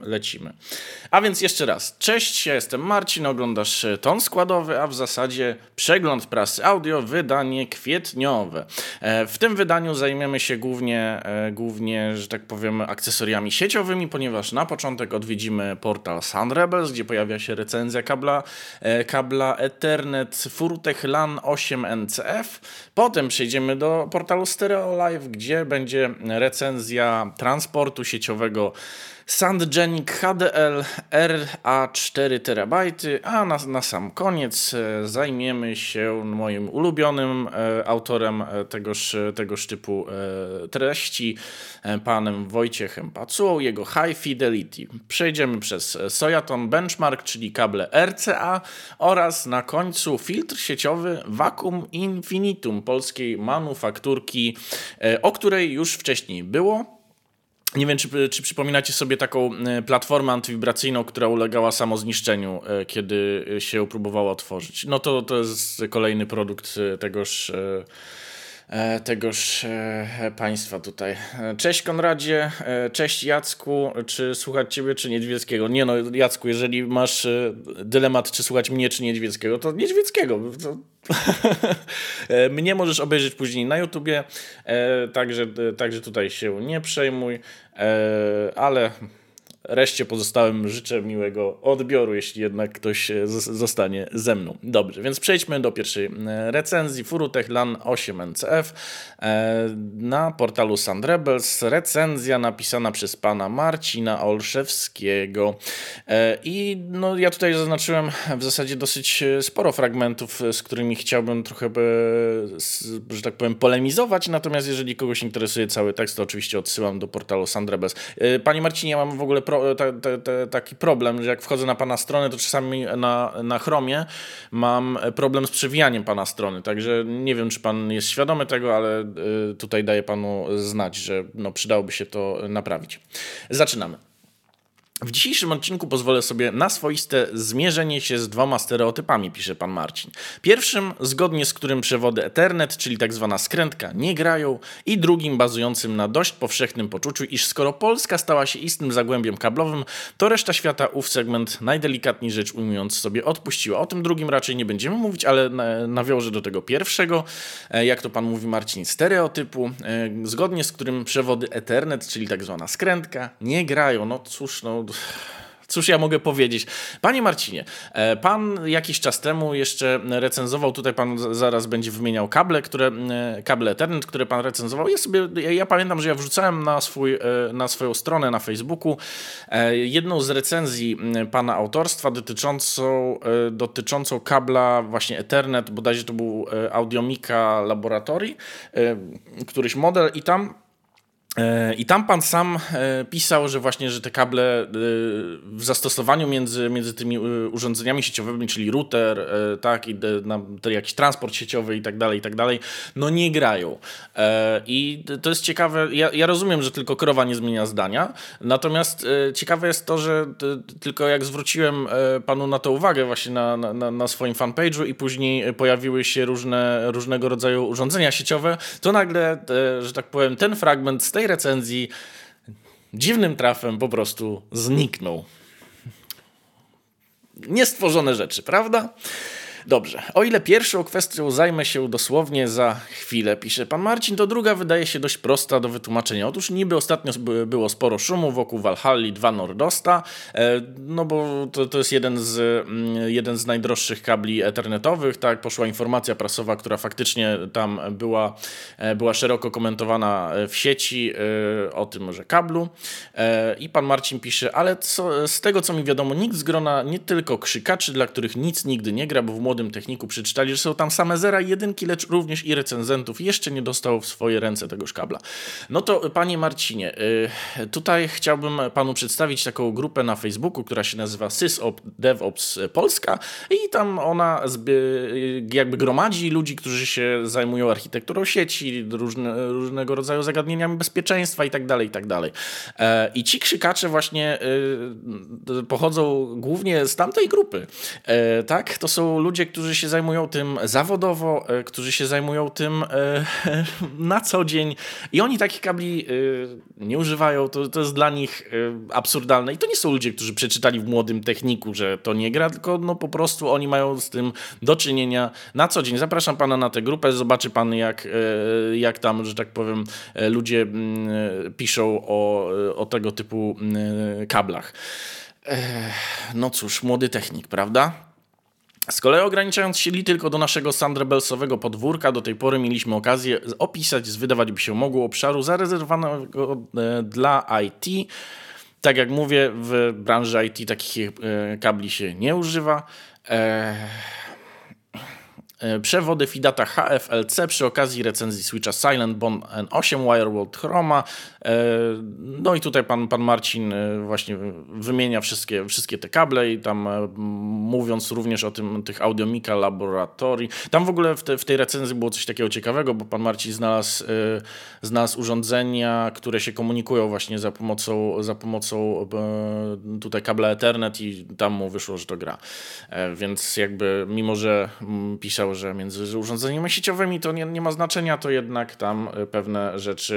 lecimy. A więc jeszcze raz. Cześć, ja jestem Marcin, oglądasz Ton Składowy, a w zasadzie przegląd prasy audio, wydanie kwietniowe. W tym wydaniu zajmiemy się głównie, że tak powiem, akcesoriami sieciowymi, ponieważ na początek odwiedzimy portal Sun Rebels, gdzie pojawia się recenzja kabla Ethernet Furutech LAN 8 NCF. Potem przejdziemy do portalu Stereo Live, gdzie będzie recenzja transportu sieciowego SandGenic HDL RA 4 TB, a na sam koniec zajmiemy się moim ulubionym autorem tegoż typu treści, panem Wojciechem Pacułą, jego High Fidelity. Przejdziemy przez Sojaton Benchmark, czyli kable RCA oraz na końcu filtr sieciowy Vacuum Infinitum polskiej manufakturki, o której już wcześniej było. Nie wiem, czy przypominacie sobie taką platformę antywibracyjną, która ulegała samozniszczeniu, kiedy się ją próbowało otworzyć. No to jest kolejny produkt tegoż państwa tutaj. Cześć Konradzie, cześć Jacku, czy słuchać ciebie, czy Niedźwieckiego? Nie no, Jacku, jeżeli masz dylemat, czy słuchać mnie, czy Niedźwieckiego, to Niedźwieckiego. Mnie możesz obejrzeć później na YouTubie, także tutaj się nie przejmuj, ale reszcie pozostałym życzę miłego odbioru, jeśli jednak ktoś zostanie ze mną. Dobrze, więc przejdźmy do pierwszej recenzji. Furutech LAN 8 NCF na portalu Sun Rebels. Recenzja napisana przez pana Marcina Olszewskiego. I no, ja tutaj zaznaczyłem w zasadzie dosyć sporo fragmentów, z którymi chciałbym trochę, że tak powiem, polemizować. Natomiast jeżeli kogoś interesuje cały tekst, to oczywiście odsyłam do portalu Sun Rebels. Panie Marcinie, ja mam w ogóle taki problem, że jak wchodzę na pana stronę, to czasami na Chromie mam problem z przewijaniem pana strony, także nie wiem, czy pan jest świadomy tego, ale tutaj daję panu znać, że no, przydałoby się to naprawić. Zaczynamy. W dzisiejszym odcinku pozwolę sobie na swoiste zmierzenie się z dwoma stereotypami, pisze pan Marcin. Pierwszym, zgodnie z którym przewody Ethernet, czyli tak zwana skrętka, nie grają, i drugim, bazującym na dość powszechnym poczuciu, iż skoro Polska stała się istnym zagłębiem kablowym, to reszta świata ów segment, najdelikatniej rzecz ujmując, sobie odpuściła. O tym drugim raczej nie będziemy mówić, ale nawiążę do tego pierwszego, jak to pan mówi Marcin, stereotypu, zgodnie z którym przewody Ethernet, czyli tak zwana skrętka, nie grają. No cóż, cóż ja mogę powiedzieć? Panie Marcinie, pan jakiś czas temu jeszcze recenzował, tutaj pan zaraz będzie wymieniał kable Ethernet, które pan recenzował. Ja pamiętam, że ja wrzucałem na swoją stronę na Facebooku jedną z recenzji pana autorstwa dotyczącą kabla właśnie Ethernet, bodajże to był Audiomica Laboratory, któryś model, i tam pan sam pisał, że właśnie, że te kable w zastosowaniu między tymi urządzeniami sieciowymi, czyli router, tak, i jakiś transport sieciowy i tak dalej, no nie grają. I to jest ciekawe, ja rozumiem, że tylko krowa nie zmienia zdania, natomiast ciekawe jest to, że tylko jak zwróciłem panu na to uwagę właśnie na swoim fanpage'u i później pojawiły się różnego rodzaju urządzenia sieciowe, to nagle, że tak powiem, ten fragment z tej recenzji dziwnym trafem po prostu zniknął. Niestworzone rzeczy, prawda? Dobrze, o ile pierwszą kwestią zajmę się dosłownie za chwilę, pisze pan Marcin, to druga wydaje się dość prosta do wytłumaczenia. Otóż niby ostatnio było sporo szumu wokół Valhalli 2 Nordosta, no bo to jest jeden z najdroższych kabli ethernetowych, tak, poszła informacja prasowa, która faktycznie tam była szeroko komentowana w sieci o tym, że kablu, i pan Marcin pisze, ale z tego co mi wiadomo, nikt z grona nie tylko krzykaczy, dla których nic nigdy nie gra, bo w młodym techniku przeczytali, że są tam same zera i jedynki, lecz również i recenzentów jeszcze nie dostał w swoje ręce tegoż kabla. No to panie Marcinie, tutaj chciałbym panu przedstawić taką grupę na Facebooku, która się nazywa SysDevOps Polska, i tam ona jakby gromadzi ludzi, którzy się zajmują architekturą sieci, różnego rodzaju zagadnieniami bezpieczeństwa i tak dalej. I ci krzykacze właśnie pochodzą głównie z tamtej grupy. Tak? To są ludzie, ludzie, którzy się zajmują tym zawodowo, którzy się zajmują tym na co dzień i oni takich kabli nie używają, to jest dla nich absurdalne. I to nie są ludzie, którzy przeczytali w Młodym Techniku, że to nie gra, tylko no po prostu oni mają z tym do czynienia na co dzień. Zapraszam pana na tę grupę, zobaczy pan jak tam, że tak powiem, ludzie piszą o tego typu kablach. No cóż, Młody Technik, prawda? Z kolei ograniczając się tylko do naszego Thunderboltsowego podwórka, do tej pory mieliśmy okazję opisać wydawać by się mogło obszaru zarezerwowanego dla IT. Tak jak mówię, w branży IT takich kabli się nie używa. Przewody FIDATA HFLC przy okazji recenzji Switcha Silent Bond N8 Wireworld Chroma. No i tutaj pan Marcin właśnie wymienia wszystkie te kable i tam mówiąc również o tych Audiomica Laboratory. Tam w ogóle w tej recenzji było coś takiego ciekawego, bo pan Marcin znalazł urządzenia, które się komunikują właśnie za pomocą tutaj kabla Ethernet i tam mu wyszło, że to gra. Więc jakby mimo, że pisał, że między urządzeniami sieciowymi to nie ma znaczenia, to jednak tam pewne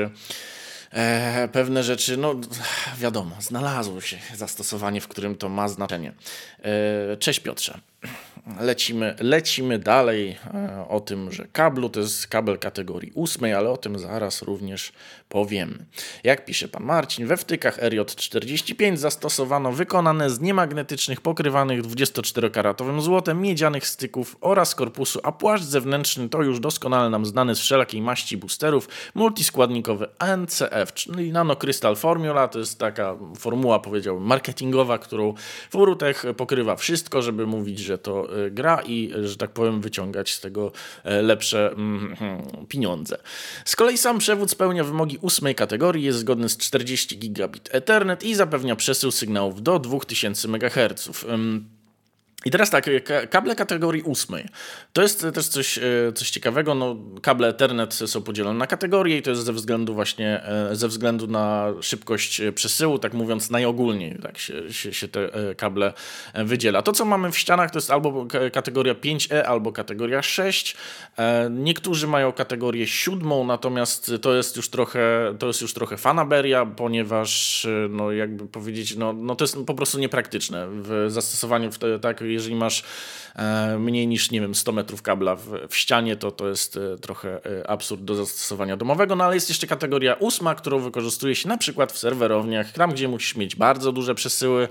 rzeczy, no wiadomo, znalazło się zastosowanie, w którym to ma znaczenie. Cześć Piotrze. Lecimy dalej o tym, że kablu to jest kabel kategorii 8, ale o tym zaraz również powiemy. Jak pisze pan Marcin, we wtykach RJ45 zastosowano wykonane z niemagnetycznych pokrywanych 24-karatowym złotem miedzianych styków oraz korpusu, a płaszcz zewnętrzny to już doskonale nam znany z wszelakiej maści boosterów multiskładnikowy NCF, czyli Nano Crystal Formula. To jest taka formuła, powiedziałbym, marketingowa, którą Furutech pokrywa wszystko, żeby mówić, że to gra i, że tak powiem, wyciągać z tego lepsze pieniądze. Z kolei sam przewód spełnia wymogi 8 kategorii, jest zgodny z 40 gigabit Ethernet i zapewnia przesył sygnałów do 2000 MHz. I teraz tak, kable kategorii 8. To jest też coś ciekawego. No, kable Ethernet są podzielone na kategorie i to jest ze względu na szybkość przesyłu, tak mówiąc najogólniej, tak się te kable wydziela. To, co mamy w ścianach, to jest albo kategoria 5E, albo kategoria 6. Niektórzy mają kategorię 7, natomiast to jest już trochę fanaberia, ponieważ no jakby powiedzieć, no to jest po prostu niepraktyczne w zastosowaniu tak. Jeżeli masz mniej niż, nie wiem, 100 metrów kabla w ścianie, to jest trochę absurd do zastosowania domowego, no ale jest jeszcze kategoria 8, którą wykorzystuje się na przykład w serwerowniach, tam gdzie musisz mieć bardzo duże przesyły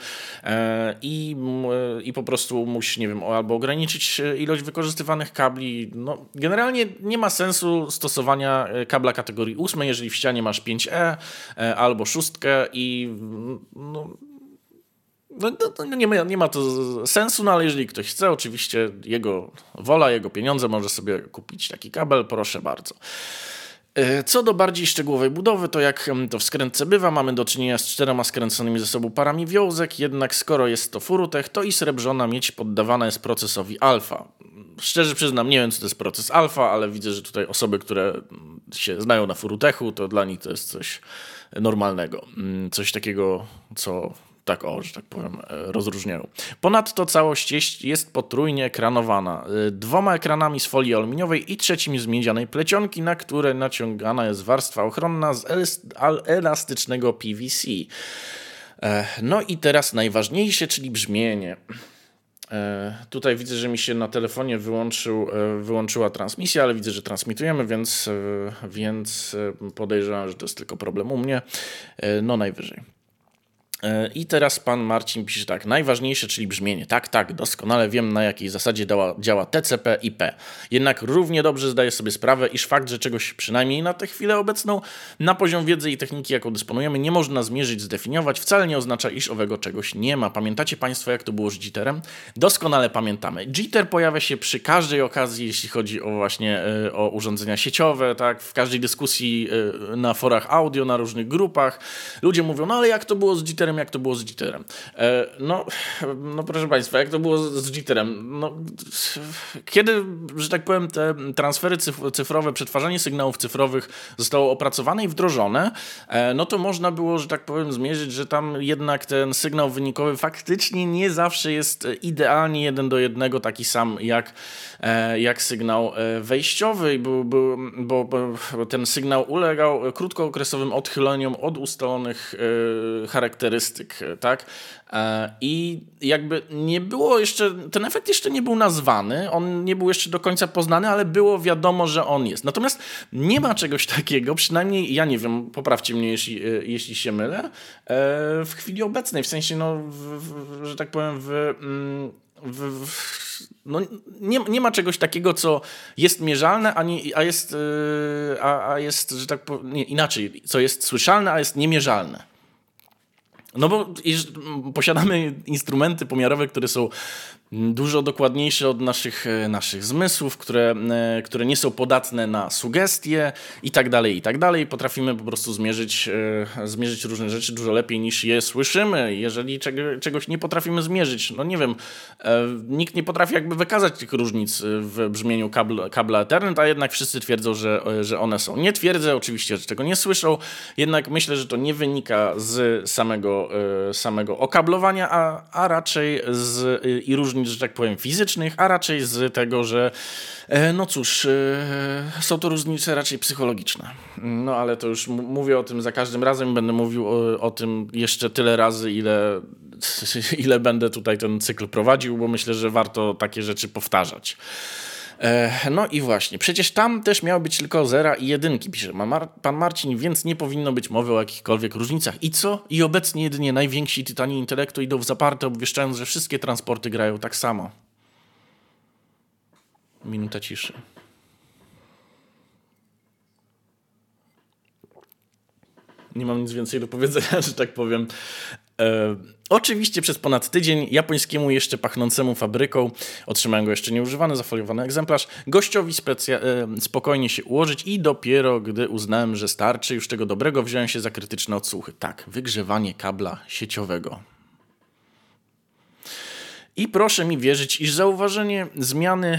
i po prostu musisz, nie wiem, albo ograniczyć ilość wykorzystywanych kabli. No, generalnie nie ma sensu stosowania kabla kategorii 8, jeżeli w ścianie masz 5E albo 6 i nie ma to sensu, no ale jeżeli ktoś chce, oczywiście jego wola, jego pieniądze, może sobie kupić taki kabel, proszę bardzo. Co do bardziej szczegółowej budowy, to jak to w skrętce bywa, mamy do czynienia z 4 skręconymi ze sobą parami wiązek, jednak skoro jest to Furutech, to i srebrzona miedź poddawana jest procesowi alfa. Szczerze przyznam, nie wiem, co to jest proces alfa, ale widzę, że tutaj osoby, które się znają na Furutechu, to dla nich to jest coś normalnego. Coś takiego, co że tak powiem, rozróżniają. Ponadto całość jest potrójnie ekranowana. 2 ekranami z folii aluminiowej i 3 z miedzianej plecionki, na które naciągana jest warstwa ochronna z elastycznego PVC. No i teraz najważniejsze, czyli brzmienie. Tutaj widzę, że mi się na telefonie wyłączyła transmisja, ale widzę, że transmitujemy, więc podejrzewam, że to jest tylko problem u mnie. No najwyżej. I teraz pan Marcin pisze tak, najważniejsze, czyli brzmienie. Tak, doskonale wiem, na jakiej zasadzie działa TCP/IP. Jednak równie dobrze zdaję sobie sprawę, iż fakt, że czegoś przynajmniej na tę chwilę obecną na poziom wiedzy i techniki, jaką dysponujemy, nie można zmierzyć, zdefiniować, wcale nie oznacza, iż owego czegoś nie ma. Pamiętacie państwo, jak to było z jitterem? Doskonale pamiętamy. Jitter pojawia się przy każdej okazji, jeśli chodzi o urządzenia sieciowe, tak? W każdej dyskusji na forach audio, na różnych grupach. Ludzie mówią, no ale jak to było z jitterem jitterem, jak to było z jitterem. No proszę Państwa, jak to było z jitterem? No, kiedy, że tak powiem, te transfery cyfrowe, przetwarzanie sygnałów cyfrowych zostało opracowane i wdrożone, no to można było, że tak powiem, zmierzyć, że tam jednak ten sygnał wynikowy faktycznie nie zawsze jest idealnie 1:1 taki sam jak sygnał wejściowy, bo ten sygnał ulegał krótkookresowym odchyleniom od ustalonych charakterystyk, tak? I jakby nie było jeszcze, ten efekt jeszcze nie był nazwany, on nie był jeszcze do końca poznany, ale było wiadomo, że on jest. Natomiast nie ma czegoś takiego, przynajmniej ja nie wiem, poprawcie mnie, jeśli się mylę, w chwili obecnej, w sensie, no, że tak powiem, no, nie ma czegoś takiego, co jest mierzalne, a jest, że tak powiem, inaczej, co jest słyszalne, a jest niemierzalne. No bo posiadamy instrumenty pomiarowe, które są dużo dokładniejsze od naszych zmysłów, które nie są podatne na sugestie i tak dalej, i tak dalej. Potrafimy po prostu zmierzyć różne rzeczy dużo lepiej niż je słyszymy. Jeżeli czegoś nie potrafimy zmierzyć, no nie wiem, nikt nie potrafi jakby wykazać tych różnic w brzmieniu kabla Ethernet, a jednak wszyscy twierdzą, że one są. Nie twierdzę oczywiście, że tego nie słyszą, jednak myślę, że to nie wynika z samego okablowania, a raczej i różnic, że tak powiem, fizycznych, a raczej z tego, że no cóż, są to różnice raczej psychologiczne. No ale to już mówię o tym za każdym razem, będę mówił o tym jeszcze tyle razy, ile będę tutaj ten cykl prowadził, bo myślę, że warto takie rzeczy powtarzać. No i właśnie, przecież tam też miały być tylko 0 i 1, pisze pan Marcin, więc nie powinno być mowy o jakichkolwiek różnicach. I co? I obecnie jedynie najwięksi tytani intelektu idą w zaparte, obwieszczając, że wszystkie transporty grają tak samo. Minuta ciszy. Nie mam nic więcej do powiedzenia, że tak powiem. Oczywiście przez ponad tydzień japońskiemu jeszcze pachnącemu fabryką, otrzymałem go jeszcze nieużywany, zafoliowany egzemplarz, gościowi spokojnie się ułożyć i dopiero gdy uznałem, że starczy już tego dobrego, wziąłem się za krytyczne odsłuchy. Tak, wygrzewanie kabla sieciowego. I proszę mi wierzyć, iż zauważane zmiany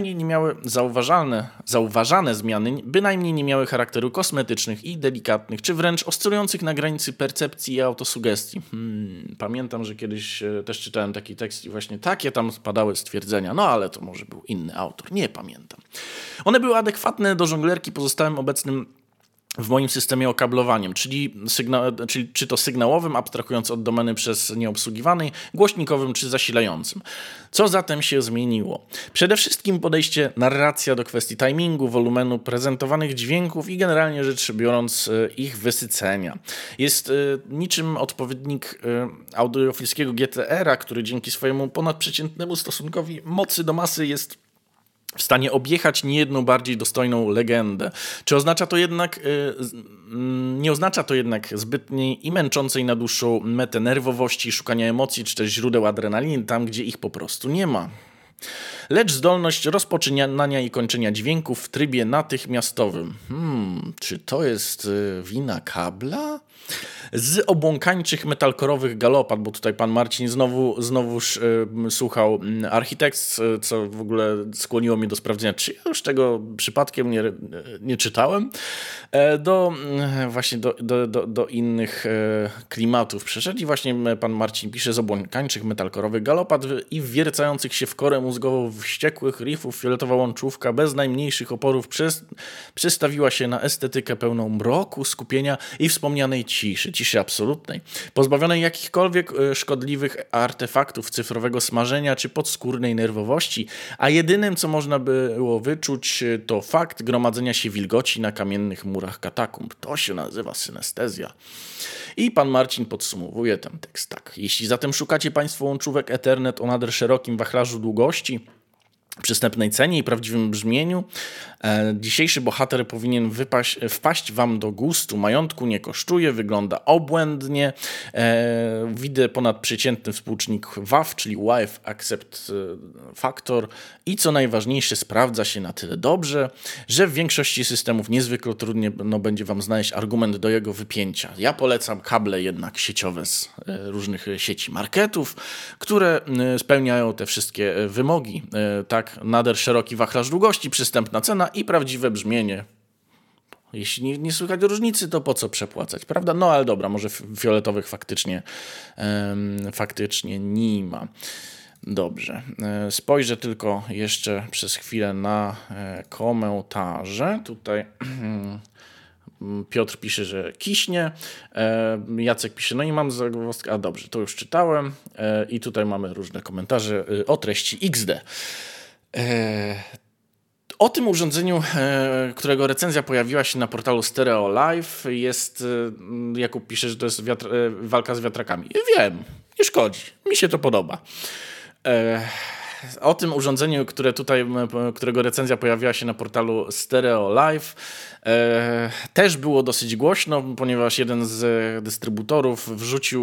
bynajmniej nie miały charakteru kosmetycznych i delikatnych, czy wręcz oscylujących na granicy percepcji i autosugestii. Pamiętam, że kiedyś też czytałem taki tekst i właśnie takie tam padały stwierdzenia, no ale to może był inny autor, nie pamiętam. One były adekwatne do żonglerki pozostałym obecnym w moim systemie okablowaniem, czyli czy to sygnałowym, abstrahując od domeny przez nieobsługiwanej, głośnikowym czy zasilającym. Co zatem się zmieniło? Przede wszystkim podejście narracja do kwestii timingu, wolumenu prezentowanych dźwięków i generalnie rzecz biorąc ich wysycenia. Jest niczym odpowiednik audiofilskiego GTR-a, który dzięki swojemu ponadprzeciętnemu stosunkowi mocy do masy jest w stanie objechać niejedną bardziej dostojną legendę. Czy oznacza to jednak, nie oznacza to jednak zbytniej i męczącej na dłuższą metę nerwowości, szukania emocji, czy też źródeł adrenaliny tam, gdzie ich po prostu nie ma. Lecz zdolność rozpoczynania i kończenia dźwięków w trybie natychmiastowym. Czy to jest wina kabla? Z obłąkańczych metalkorowych galopad, bo tutaj pan Marcin znowuż słuchał Architects, co w ogóle skłoniło mnie do sprawdzenia, czy ja już tego przypadkiem nie czytałem, do innych klimatów przeszedł i właśnie pan Marcin pisze z obłąkańczych metalkorowych galopad i wwiercających się w korę mózgową wściekłych riffów fioletowa łączówka bez najmniejszych oporów przestawiła się na estetykę pełną mroku, skupienia i wspomnianej ciszy absolutnej, pozbawionej jakichkolwiek szkodliwych artefaktów cyfrowego smażenia czy podskórnej nerwowości, a jedynym, co można było wyczuć, to fakt gromadzenia się wilgoci na kamiennych murach katakumb. To się nazywa synestezja. I pan Marcin podsumowuje ten tekst tak. Jeśli zatem szukacie państwo łączówek Ethernet o nader szerokim wachlarzu długości, przystępnej cenie i prawdziwym brzmieniu. Dzisiejszy bohater powinien wpaść wam do gustu. Majątku nie kosztuje, wygląda obłędnie. Widzę ponadprzeciętny współczynnik WAF, czyli Wife Accept Factor i co najważniejsze sprawdza się na tyle dobrze, że w większości systemów niezwykle trudnie będzie wam znaleźć argument do jego wypięcia. Ja polecam kable jednak sieciowe z różnych sieci marketów, które spełniają te wszystkie wymogi. Tak, nader szeroki wachlarz długości, przystępna cena i prawdziwe brzmienie. Jeśli nie słychać różnicy, to po co przepłacać, prawda? No ale dobra, może fioletowych faktycznie nie ma. Dobrze. Spojrzę tylko jeszcze przez chwilę na komentarze. Tutaj Piotr pisze, że kiśnie. Jacek pisze, no i mam zagwozdkę. A dobrze, to już czytałem. I tutaj mamy różne komentarze o treści XD. O tym urządzeniu, którego recenzja pojawiła się na portalu Stereo Live, jest, Jakub pisze, że to jest walka z wiatrakami. Wiem, nie szkodzi, mi się to podoba. O tym urządzeniu, którego recenzja pojawiła się na portalu Stereo Live, też było dosyć głośno, ponieważ jeden z dystrybutorów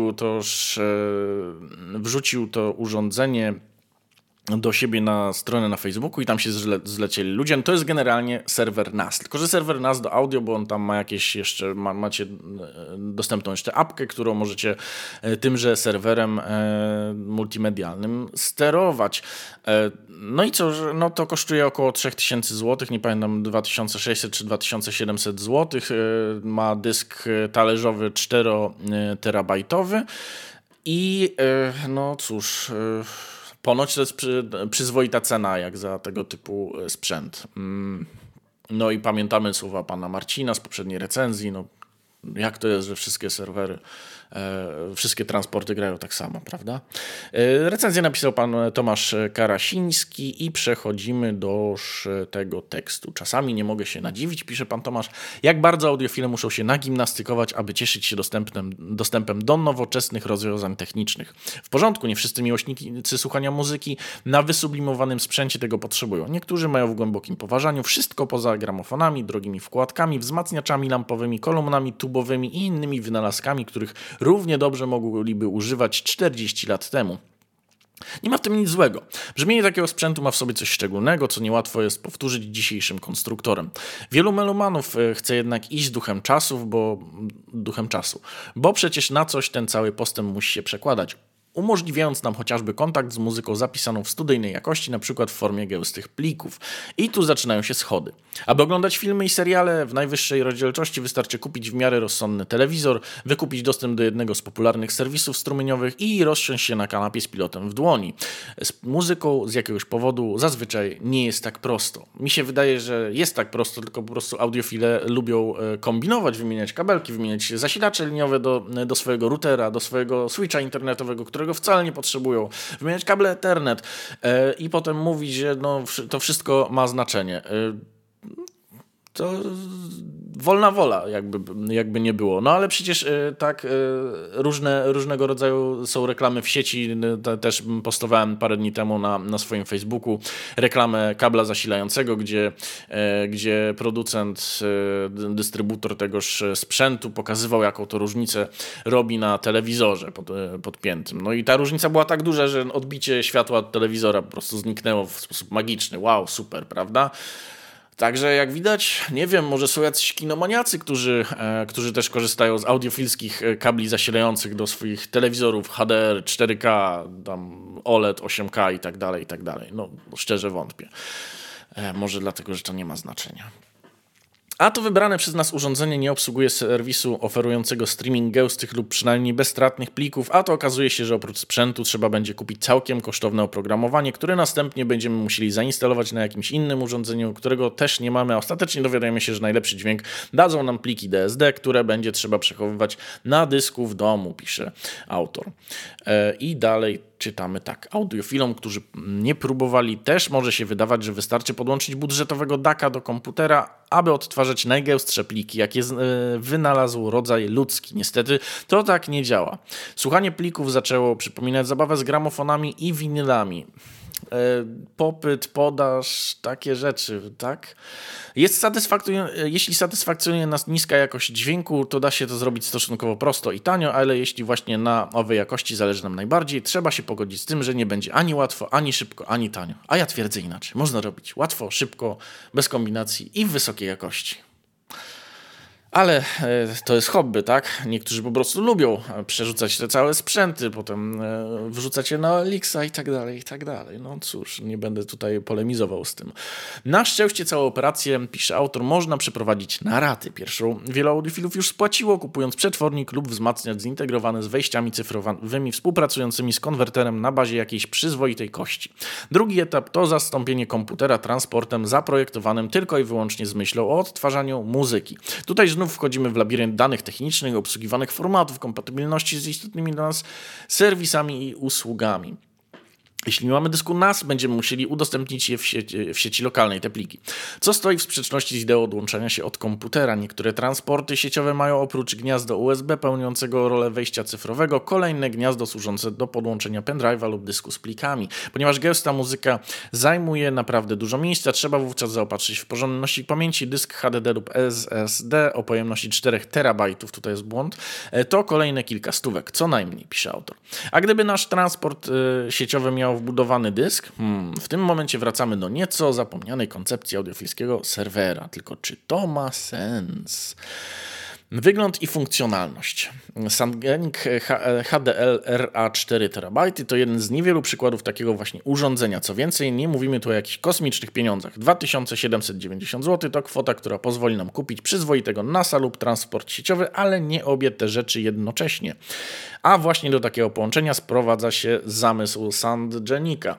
wrzucił to urządzenie do siebie na stronę na Facebooku i tam się zlecieli ludzie. To jest generalnie serwer NAS, tylko że serwer NAS do audio, bo on tam ma jakieś jeszcze, macie dostępną jeszcze apkę, którą możecie tymże serwerem multimedialnym sterować. No i co, no to kosztuje około 3000 zł, nie pamiętam, 2600 czy 2700 zł. Ma dysk talerzowy 4-terabajtowy i no cóż... Ponoć to jest przyzwoita cena jak za tego typu sprzęt. No i pamiętamy słowa pana Marcina z poprzedniej recenzji. No, jak to jest, że wszystkie serwery, wszystkie transporty grają tak samo, prawda? Recenzję napisał pan Tomasz Karasiński i przechodzimy do tego tekstu. Czasami nie mogę się nadziwić, pisze pan Tomasz, jak bardzo audiofile muszą się nagimnastykować, aby cieszyć się dostępem do nowoczesnych rozwiązań technicznych. W porządku, nie wszyscy miłośnicy słuchania muzyki na wysublimowanym sprzęcie tego potrzebują. Niektórzy mają w głębokim poważaniu wszystko poza gramofonami, drogimi wkładkami, wzmacniaczami lampowymi, kolumnami tubowymi i innymi wynalazkami, których równie dobrze mogliby używać 40 lat temu. Nie ma w tym nic złego. Brzmienie takiego sprzętu ma w sobie coś szczególnego, co niełatwo jest powtórzyć dzisiejszym konstruktorem. Wielu melomanów chce jednak iść duchem czasu, bo przecież na coś ten cały postęp musi się przekładać, umożliwiając nam chociażby kontakt z muzyką zapisaną w studyjnej jakości, na przykład w formie gęstych plików. I tu zaczynają się schody. Aby oglądać filmy i seriale w najwyższej rozdzielczości wystarczy kupić w miarę rozsądny telewizor, wykupić dostęp do jednego z popularnych serwisów strumieniowych i rozsiąść się na kanapie z pilotem w dłoni. Z muzyką z jakiegoś powodu zazwyczaj nie jest tak prosto. Mi się wydaje, że jest tak prosto, tylko po prostu audiofile lubią kombinować, wymieniać kabelki, wymieniać zasilacze liniowe do swojego routera, do swojego switcha internetowego, którego wcale nie potrzebują, wymieniać kable Ethernet i potem mówić, że no, to wszystko ma znaczenie. To wolna wola, jakby nie było. No ale przecież tak różnego rodzaju są reklamy w sieci. Też postowałem parę dni temu na swoim Facebooku reklamę kabla zasilającego, gdzie producent, dystrybutor tegoż sprzętu pokazywał, jaką to różnicę robi na telewizorze podpiętym. No i ta różnica była tak duża, że odbicie światła od telewizora po prostu zniknęło w sposób magiczny. Wow, super, prawda? Także jak widać, nie wiem, może są jacyś kinomaniacy, którzy też korzystają z audiofilskich kabli zasilających do swoich telewizorów HDR, 4K, tam OLED, 8K i tak dalej. No, szczerze wątpię. Może dlatego, że to nie ma znaczenia. A to wybrane przez nas urządzenie nie obsługuje serwisu oferującego streaming gęstych lub przynajmniej bezstratnych plików, a to okazuje się, że oprócz sprzętu trzeba będzie kupić całkiem kosztowne oprogramowanie, które następnie będziemy musieli zainstalować na jakimś innym urządzeniu, którego też nie mamy, a ostatecznie dowiadujemy się, że najlepszy dźwięk dadzą nam pliki DSD, które będzie trzeba przechowywać na dysku w domu, pisze autor. I dalej czytamy tak. Audiofilom, którzy nie próbowali, też może się wydawać, że wystarczy podłączyć budżetowego DAC-a do komputera, aby odtwarzać najgęstsze pliki, jakie wynalazł rodzaj ludzki. Niestety to tak nie działa. Słuchanie plików zaczęło przypominać zabawę z gramofonami i winylami. popyt, podaż, takie rzeczy, tak? Jeśli satysfakcjonuje nas niska jakość dźwięku, to da się to zrobić stosunkowo prosto i tanio, ale jeśli właśnie na owej jakości zależy nam najbardziej, trzeba się pogodzić z tym, że nie będzie ani łatwo, ani szybko, ani tanio. A ja twierdzę inaczej. Można robić łatwo, szybko, bez kombinacji i w wysokiej jakości. Ale to jest hobby, tak? Niektórzy po prostu lubią przerzucać te całe sprzęty, potem wrzucać je na Elixa i tak dalej, i tak dalej. No cóż, nie będę tutaj polemizował z tym. Na szczęście całą operację, pisze autor, można przeprowadzić na raty. Pierwszą wielu audiofilów już spłaciło, kupując przetwornik lub wzmacniacz zintegrowany z wejściami cyfrowymi współpracującymi z konwerterem na bazie jakiejś przyzwoitej kości. Drugi etap to zastąpienie komputera transportem zaprojektowanym tylko i wyłącznie z myślą o odtwarzaniu muzyki. Tutaj znów wchodzimy w labirynt danych technicznych, obsługiwanych formatów, kompatybilności z istotnymi dla nas serwisami i usługami. Jeśli nie mamy dysku NAS, będziemy musieli udostępnić je w sieci lokalnej, te pliki. Co stoi w sprzeczności z ideą odłączania się od komputera. Niektóre transporty sieciowe mają oprócz gniazda USB pełniącego rolę wejścia cyfrowego kolejne gniazdo służące do podłączenia pendrive'a lub dysku z plikami. Ponieważ gęsta muzyka zajmuje naprawdę dużo miejsca, trzeba wówczas zaopatrzyć w porządny nośnik pamięci dysk HDD lub SSD o pojemności 4 terabajtów, tutaj jest błąd, to kolejne kilka stówek, co najmniej, pisze autor. A gdyby nasz transport sieciowy miał wbudowany dysk, w tym momencie wracamy do nieco zapomnianej koncepcji audiofilskiego serwera. Tylko czy to ma sens? Wygląd i funkcjonalność. SoundGenik HDL RA 4 TB to jeden z niewielu przykładów takiego właśnie urządzenia. Co więcej, nie mówimy tu o jakichś kosmicznych pieniądzach. 2790 zł to kwota, która pozwoli nam kupić przyzwoitego NAS-a lub transport sieciowy, ale nie obie te rzeczy jednocześnie. A właśnie do takiego połączenia sprowadza się zamysł SoundGenika.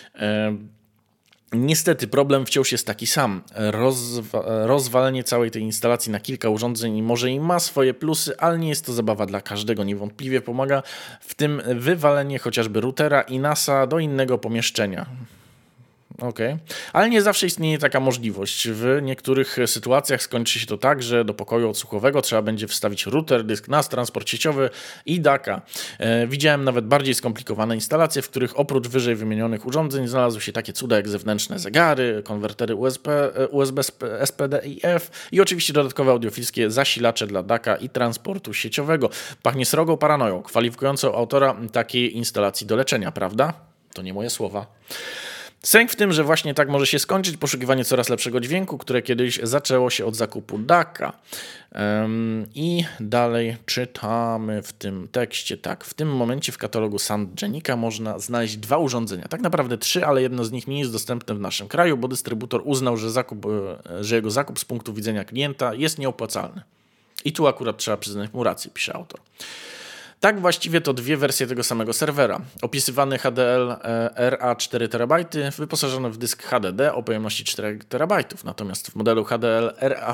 Niestety problem wciąż jest taki sam. Rozwalenie całej tej instalacji na kilka urządzeń może i ma swoje plusy, ale nie jest to zabawa dla każdego. Niewątpliwie pomaga w tym wywalenie chociażby routera i NAS-a do innego pomieszczenia. Okej. Ale nie zawsze istnieje taka możliwość. W niektórych sytuacjach skończy się to tak, że do pokoju odsłuchowego trzeba będzie wstawić router, dysk NAS, transport sieciowy i DAC-a. Widziałem nawet bardziej skomplikowane instalacje, w których oprócz wyżej wymienionych urządzeń znalazły się takie cuda jak zewnętrzne zegary, konwertery USB, SPD i F i oczywiście dodatkowe audiofilskie zasilacze dla DAC-a i transportu sieciowego. Pachnie srogą paranoją, kwalifikującą autora takiej instalacji do leczenia, prawda? To nie moje słowa. Sęk w tym, że właśnie tak może się skończyć poszukiwanie coraz lepszego dźwięku, które kiedyś zaczęło się od zakupu DAC-a. I dalej czytamy w tym tekście tak. W tym momencie w katalogu SoundGenika można znaleźć 2 urządzenia. Tak naprawdę 3, ale jedno z nich nie jest dostępne w naszym kraju, bo dystrybutor uznał, że jego zakup z punktu widzenia klienta jest nieopłacalny. I tu akurat trzeba przyznać mu rację, pisze autor. Tak właściwie to 2 wersje tego samego serwera. Opisywany HDL RA 4 TB wyposażony w dysk HDD o pojemności 4 TB. Natomiast w modelu HDL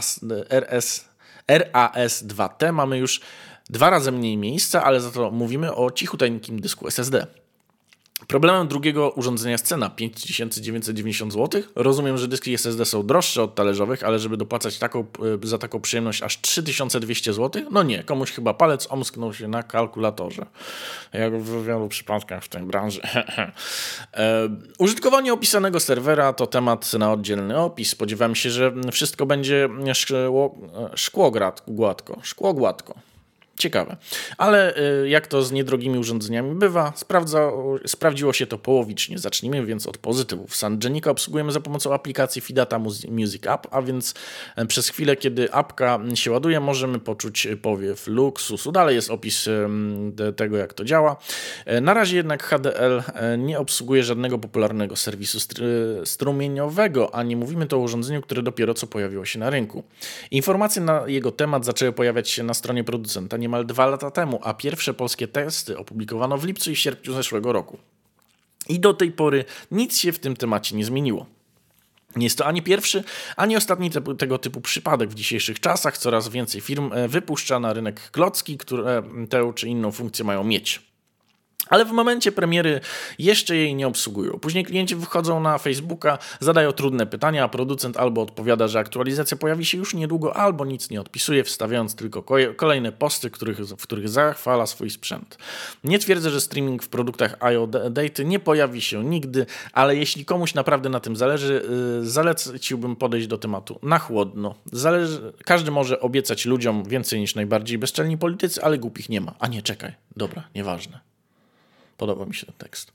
RAS 2T mamy już 2 razy mniej miejsca, ale za to mówimy o cichuteńkim dysku SSD. Problemem drugiego urządzenia jest cena 5990 zł. Rozumiem, że dyski SSD są droższe od talerzowych, ale żeby dopłacać za taką przyjemność aż 3200 zł? No nie, komuś chyba palec omsknął się na kalkulatorze. Jak w wielu przypadkach w tej branży. Użytkowanie opisanego serwera to temat na oddzielny opis. Spodziewam się, że wszystko będzie szkło gładko. Ciekawe. Ale jak to z niedrogimi urządzeniami bywa, sprawdziło się to połowicznie. Zacznijmy więc od pozytywów. SoundGenika obsługujemy za pomocą aplikacji Fidata Music App, a więc przez chwilę, kiedy apka się ładuje, możemy poczuć powiew luksusu. Dalej jest opis tego, jak to działa. Na razie jednak HDL nie obsługuje żadnego popularnego serwisu strumieniowego, a nie mówimy to o urządzeniu, które dopiero co pojawiło się na rynku. Informacje na jego temat zaczęły pojawiać się na stronie producenta niemal 2 lata temu, a pierwsze polskie testy opublikowano w lipcu i sierpniu zeszłego roku. I do tej pory nic się w tym temacie nie zmieniło. Nie jest to ani pierwszy, ani ostatni tego typu przypadek. W dzisiejszych czasach coraz więcej firm wypuszcza na rynek klocki, które tę czy inną funkcję mają mieć. Ale w momencie premiery jeszcze jej nie obsługują. Później klienci wychodzą na Facebooka, zadają trudne pytania, a producent albo odpowiada, że aktualizacja pojawi się już niedługo, albo nic nie odpisuje, wstawiając tylko kolejne posty, w których zachwala swój sprzęt. Nie twierdzę, że streaming w produktach IoT nie pojawi się nigdy, ale jeśli komuś naprawdę na tym zależy, zaleciłbym podejść do tematu na chłodno. Każdy może obiecać ludziom więcej niż najbardziej bezczelni politycy, ale głupich nie ma. A nie, czekaj. Dobra, nieważne. Podoba mi się ten tekst.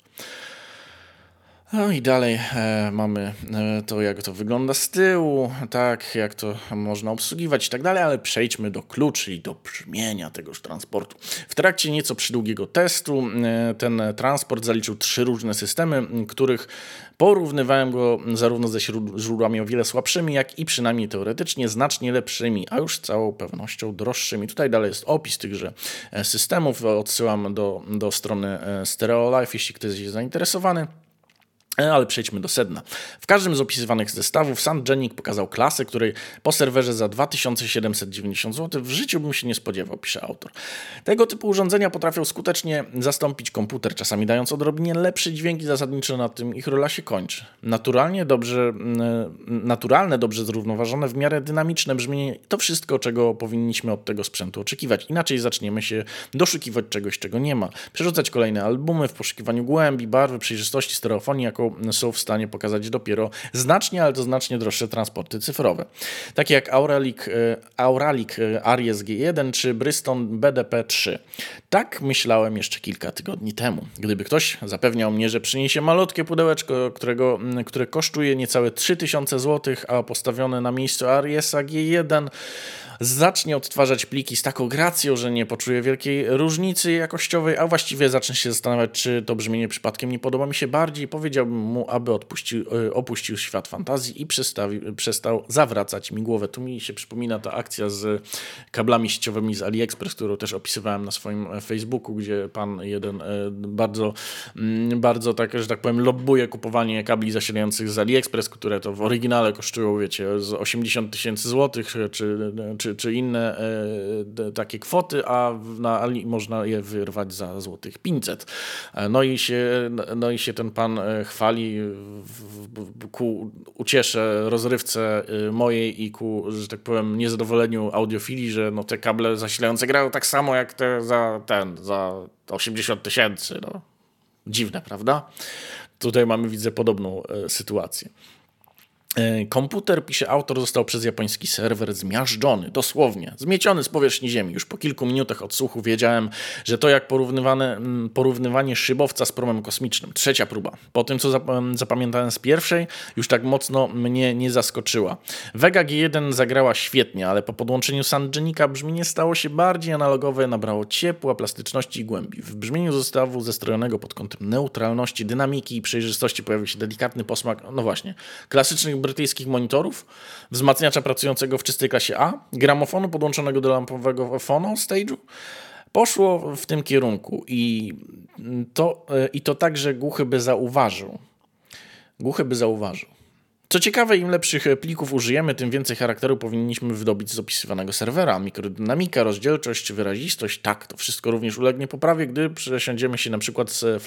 No i dalej mamy to, jak to wygląda z tyłu, tak, jak to można obsługiwać i tak dalej, ale przejdźmy do kluczy i do brzmienia tegoż transportu. W trakcie nieco przydługiego testu ten transport zaliczył 3 różne systemy, których porównywałem go zarówno ze źródłami o wiele słabszymi, jak i przynajmniej teoretycznie znacznie lepszymi, a już z całą pewnością droższymi. Tutaj dalej jest opis tychże systemów, odsyłam do strony Stereo Life, jeśli ktoś jest zainteresowany. Ale przejdźmy do sedna. W każdym z opisywanych zestawów SoundGenic pokazał klasę, której po serwerze za 2790 zł w życiu bym się nie spodziewał, pisze autor. Tego typu urządzenia potrafią skutecznie zastąpić komputer, czasami dając odrobinę lepszy dźwięk i zasadniczo na tym ich rola się kończy. Naturalne, dobrze zrównoważone, w miarę dynamiczne brzmienie to wszystko, czego powinniśmy od tego sprzętu oczekiwać. Inaczej zaczniemy się doszukiwać czegoś, czego nie ma. Przerzucać kolejne albumy w poszukiwaniu głębi, barwy, przejrzystości, stereofonii, jaką są w stanie pokazać dopiero znacznie, ale to znacznie droższe transporty cyfrowe. Takie jak Auralic Aries G1 czy Bristol BDP-3. Tak myślałem jeszcze kilka tygodni temu. Gdyby ktoś zapewniał mnie, że przyniesie malutkie pudełeczko, które kosztuje niecałe 3000 zł, a postawione na miejscu Ariesa G1 zacznie odtwarzać pliki z taką gracją, że nie poczuje wielkiej różnicy jakościowej, a właściwie zacznie się zastanawiać, czy to brzmienie przypadkiem nie podoba mi się bardziej, powiedziałbym mu, aby opuścił świat fantazji i przestał zawracać mi głowę. Tu mi się przypomina ta akcja z kablami sieciowymi z AliExpress, którą też opisywałem na swoim Facebooku, gdzie pan jeden bardzo tak, że tak powiem, lobbuje kupowanie kabli zasilających z AliExpress, które to w oryginale kosztują, wiecie, z 80 000 złotych, czy inne takie kwoty, a na Ali można je wyrwać za złotych 500. No i się ten pan chwali ku uciesze, rozrywce mojej i ku, że tak powiem, niezadowoleniu audiofilii, że no te kable zasilające grają tak samo jak te za 80 000. No. Dziwne, prawda? Tutaj mamy, widzę, podobną sytuację. Komputer, pisze autor, został przez japoński serwer zmiażdżony, dosłownie, zmieciony z powierzchni ziemi. Już po kilku minutach odsłuchu wiedziałem, że to jak porównywanie szybowca z promem kosmicznym. Trzecia próba. Po tym, co zapamiętałem z pierwszej, już tak mocno mnie nie zaskoczyła. Vega G1 zagrała świetnie, ale po podłączeniu SoundGenica brzmienie stało się bardziej analogowe, nabrało ciepła, plastyczności i głębi. W brzmieniu zestawu zestrojonego pod kątem neutralności, dynamiki i przejrzystości pojawił się delikatny posmak, no właśnie, klasycznych brytyjskich monitorów, wzmacniacza pracującego w czystej klasie A, gramofonu podłączonego do lampowego phono stage'u. Poszło w tym kierunku i to także głuchy by zauważył. Co ciekawe, im lepszych plików użyjemy, tym więcej charakteru powinniśmy wydobyć z opisywanego serwera. Mikrodynamika, rozdzielczość, wyrazistość, tak, to wszystko również ulegnie poprawie, gdy przesiądziemy się na przykład z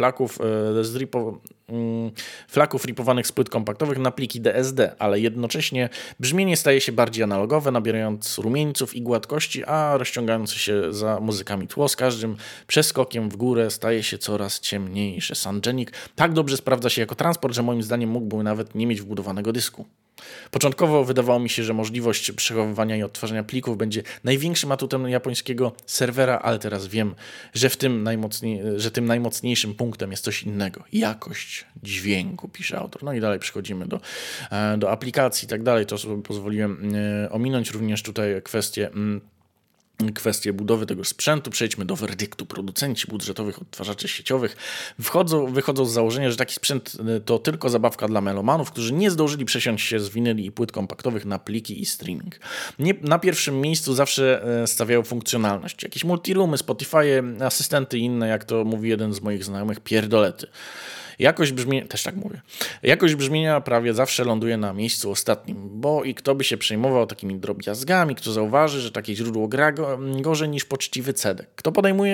flaków ripowanych z płyt kompaktowych na pliki DSD, ale jednocześnie brzmienie staje się bardziej analogowe, nabierając rumieńców i gładkości, a rozciągające się za muzykami tło z każdym przeskokiem w górę staje się coraz ciemniejsze. SoundGenic tak dobrze sprawdza się jako transport, że moim zdaniem mógłby nawet nie mieć wbudowanego dysku. Początkowo wydawało mi się, że możliwość przechowywania i odtwarzania plików będzie największym atutem japońskiego serwera, ale teraz wiem, że tym najmocniejszym punktem jest coś innego. Jakość dźwięku, pisze autor. No i dalej przechodzimy do aplikacji i tak dalej. To sobie pozwoliłem ominąć również tutaj kwestie budowy tego sprzętu. Przejdźmy do werdyktu. Producenci budżetowych odtwarzaczy sieciowych wychodzą z założenia, że taki sprzęt to tylko zabawka dla melomanów, którzy nie zdążyli przesiąść się z winyli i płyt kompaktowych na pliki i streaming. Na pierwszym miejscu zawsze stawiają funkcjonalność. Jakieś multiroomy, Spotify, asystenty i inne, jak to mówi jeden z moich znajomych, pierdolety. Jakość brzmienia, też tak mówię, jakość brzmienia prawie zawsze ląduje na miejscu ostatnim, bo i kto by się przejmował takimi drobiazgami, kto zauważy, że takie źródło gra gorzej niż poczciwy cedek. Kto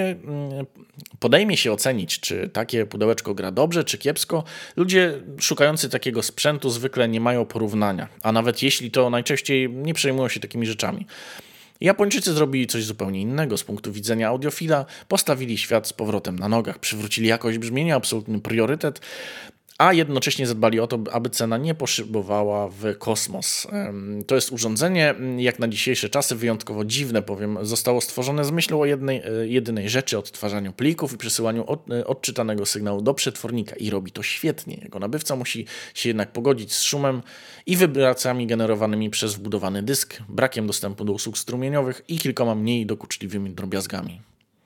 podejmie się ocenić, czy takie pudełeczko gra dobrze, czy kiepsko, ludzie szukający takiego sprzętu zwykle nie mają porównania, a nawet jeśli to najczęściej nie przejmują się takimi rzeczami. Japończycy zrobili coś zupełnie innego z punktu widzenia audiofila, postawili świat z powrotem na nogach, przywrócili jakość brzmienia, absolutny priorytet, a jednocześnie zadbali o to, aby cena nie poszybowała w kosmos. To jest urządzenie, jak na dzisiejsze czasy, wyjątkowo dziwne, powiem. Zostało stworzone z myślą o jedynej rzeczy, odtwarzaniu plików i przesyłaniu odczytanego sygnału do przetwornika i robi to świetnie. Jego nabywca musi się jednak pogodzić z szumem i wibracjami generowanymi przez wbudowany dysk, brakiem dostępu do usług strumieniowych i kilkoma mniej dokuczliwymi drobiazgami.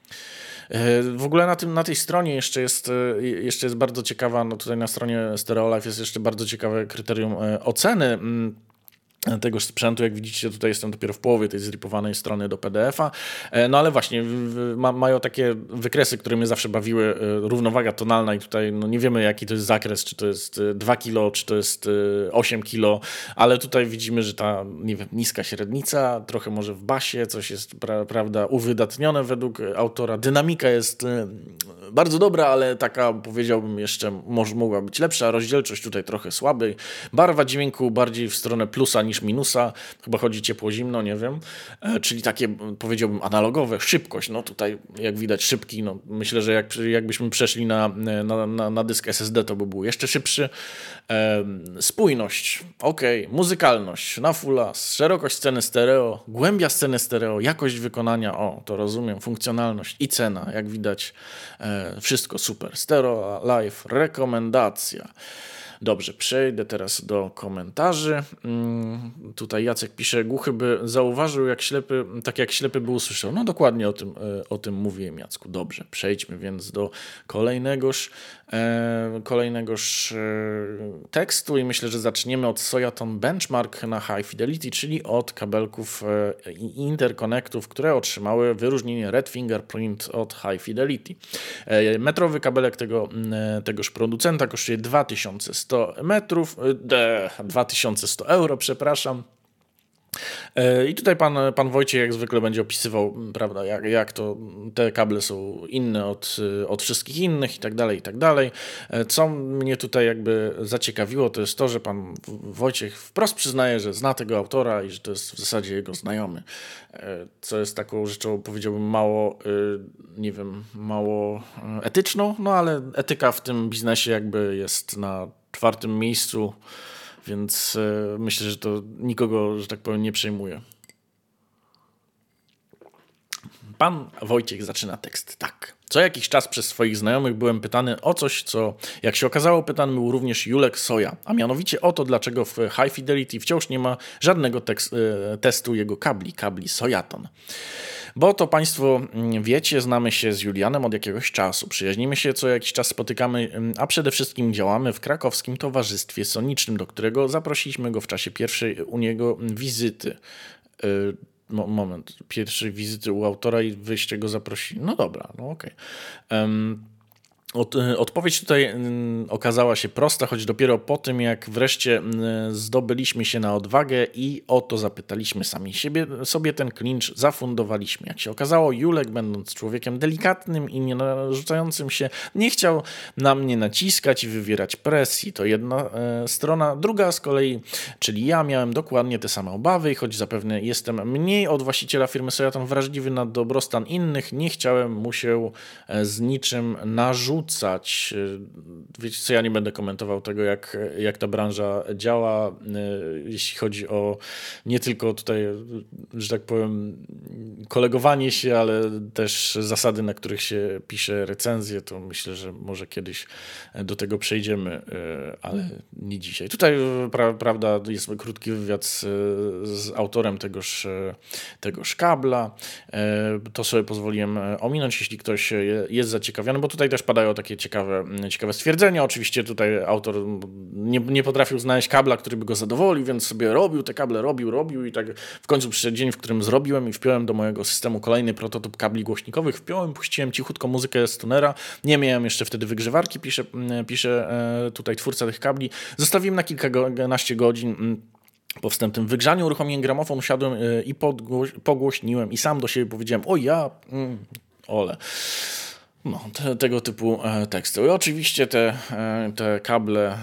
W ogóle na tej stronie jeszcze jest bardzo ciekawa, no tutaj na stronie Stereolife jest jeszcze bardzo ciekawe kryterium oceny tego sprzętu. Jak widzicie, tutaj jestem dopiero w połowie tej zripowanej strony do PDF-a. No ale właśnie mają takie wykresy, które mnie zawsze bawiły. Równowaga tonalna i tutaj no nie wiemy, jaki to jest zakres, czy to jest 2 kilo, czy to jest 8 kilo, ale tutaj widzimy, że ta, nie wiem, niska średnica, trochę może w basie, coś jest, prawda, uwydatnione według autora. Dynamika jest bardzo dobra, ale taka, powiedziałbym, jeszcze mogła być lepsza. Rozdzielczość tutaj trochę słabej. Barwa dźwięku bardziej w stronę plusa niż minusa, chyba chodzi ciepło-zimno, nie wiem, czyli takie, powiedziałbym, analogowe, szybkość, no tutaj jak widać szybki, no myślę, że jakbyśmy przeszli na dysk SSD, to by był jeszcze szybszy. Spójność, muzykalność, na fulla, szerokość sceny stereo, głębia sceny stereo, jakość wykonania, to rozumiem, funkcjonalność i cena, jak widać, wszystko super. Stereo Live, rekomendacja. Dobrze, przejdę teraz do komentarzy. Tutaj Jacek pisze, głuchy by zauważył, tak jak ślepy by usłyszał. No dokładnie o tym mówiłem, Jacku. Dobrze, przejdźmy więc do kolejnegoż tekstu i myślę, że zaczniemy od Sojaton Benchmark na High Fidelity, czyli od kabelków i interkonektów, które otrzymały wyróżnienie Red Fingerprint od High Fidelity. Metrowy kabelek tegoż producenta kosztuje 2100 euro, przepraszam. I tutaj pan Wojciech jak zwykle będzie opisywał, prawda, jak to te kable są inne od wszystkich innych i tak dalej. Co mnie tutaj jakby zaciekawiło, to jest to, że pan Wojciech wprost przyznaje, że zna tego autora i że to jest w zasadzie jego znajomy. Co jest taką rzeczą, powiedziałbym, mało etyczną, no ale etyka w tym biznesie jakby jest na 4. miejscu. Więc myślę, że to nikogo, że tak powiem, nie przejmuje. Pan Wojciech zaczyna tekst tak. Co jakiś czas przez swoich znajomych byłem pytany o coś, co, jak się okazało, pytany był również Julek Soja, a mianowicie o to, dlaczego w High Fidelity wciąż nie ma żadnego testu jego kabli Sojaton. Bo to Państwo wiecie, znamy się z Julianem od jakiegoś czasu. Przyjaźnimy się, co jakiś czas spotykamy, a przede wszystkim działamy w krakowskim towarzystwie sonicznym, do którego zaprosiliśmy go w czasie pierwszej u niego wizyty. Pierwszej wizyty u autora i wyście go zaprosili. No dobra, no okej. Odpowiedź tutaj okazała się prosta, choć dopiero po tym, jak wreszcie zdobyliśmy się na odwagę i o to zapytaliśmy sami sobie ten klincz zafundowaliśmy. Jak się okazało, Julek, będąc człowiekiem delikatnym i nie narzucającym się, nie chciał na mnie naciskać i wywierać presji. To jedna strona. Druga z kolei, czyli ja, miałem dokładnie te same obawy i choć zapewne jestem mniej od właściciela firmy Sojaton wrażliwy na dobrostan innych, nie chciałem mu się z niczym narzucać. Wiecie co, ja nie będę komentował tego, jak ta branża działa, jeśli chodzi o nie tylko tutaj, że tak powiem, kolegowanie się, ale też zasady, na których się pisze recenzje, to myślę, że może kiedyś do tego przejdziemy, ale nie dzisiaj. Tutaj, prawda, jest krótki wywiad z autorem tegoż kabla. To sobie pozwoliłem ominąć, jeśli ktoś jest zaciekawiony, bo tutaj też padają pojawiało takie ciekawe stwierdzenia. Oczywiście tutaj autor nie potrafił znaleźć kabla, który by go zadowolił, więc sobie robił te kable, robił i tak w końcu przyszedł dzień, w którym zrobiłem i wpiąłem do mojego systemu kolejny prototyp kabli głośnikowych. Puściłem cichutko muzykę z tunera. Nie miałem jeszcze wtedy wygrzewarki, pisze tutaj twórca tych kabli. Zostawiłem na kilkanaście godzin. Po wstępnym wygrzaniu uruchomiłem gramofon, usiadłem i pogłośniłem i sam do siebie powiedziałem: ole. No, tego typu teksty. I oczywiście te kable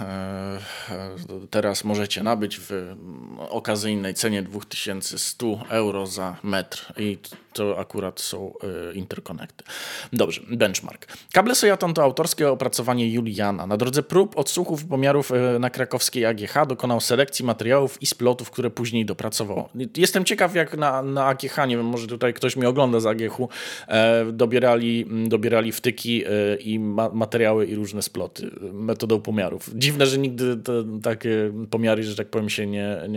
teraz możecie nabyć w okazyjnej cenie 2100 euro za metr. I to akurat są interkonekty. Dobrze, benchmark. Kable Sojaton to autorskie opracowanie Juliana. Na drodze prób, odsłuchów i pomiarów na krakowskiej AGH dokonał selekcji materiałów i splotów, które później dopracował. Jestem ciekaw, jak na AGH, nie wiem, może tutaj ktoś mnie ogląda z AGH-u, dobierali wtyki i materiały i różne sploty metodą pomiarów. Dziwne, że nigdy takie pomiary, że tak powiem, się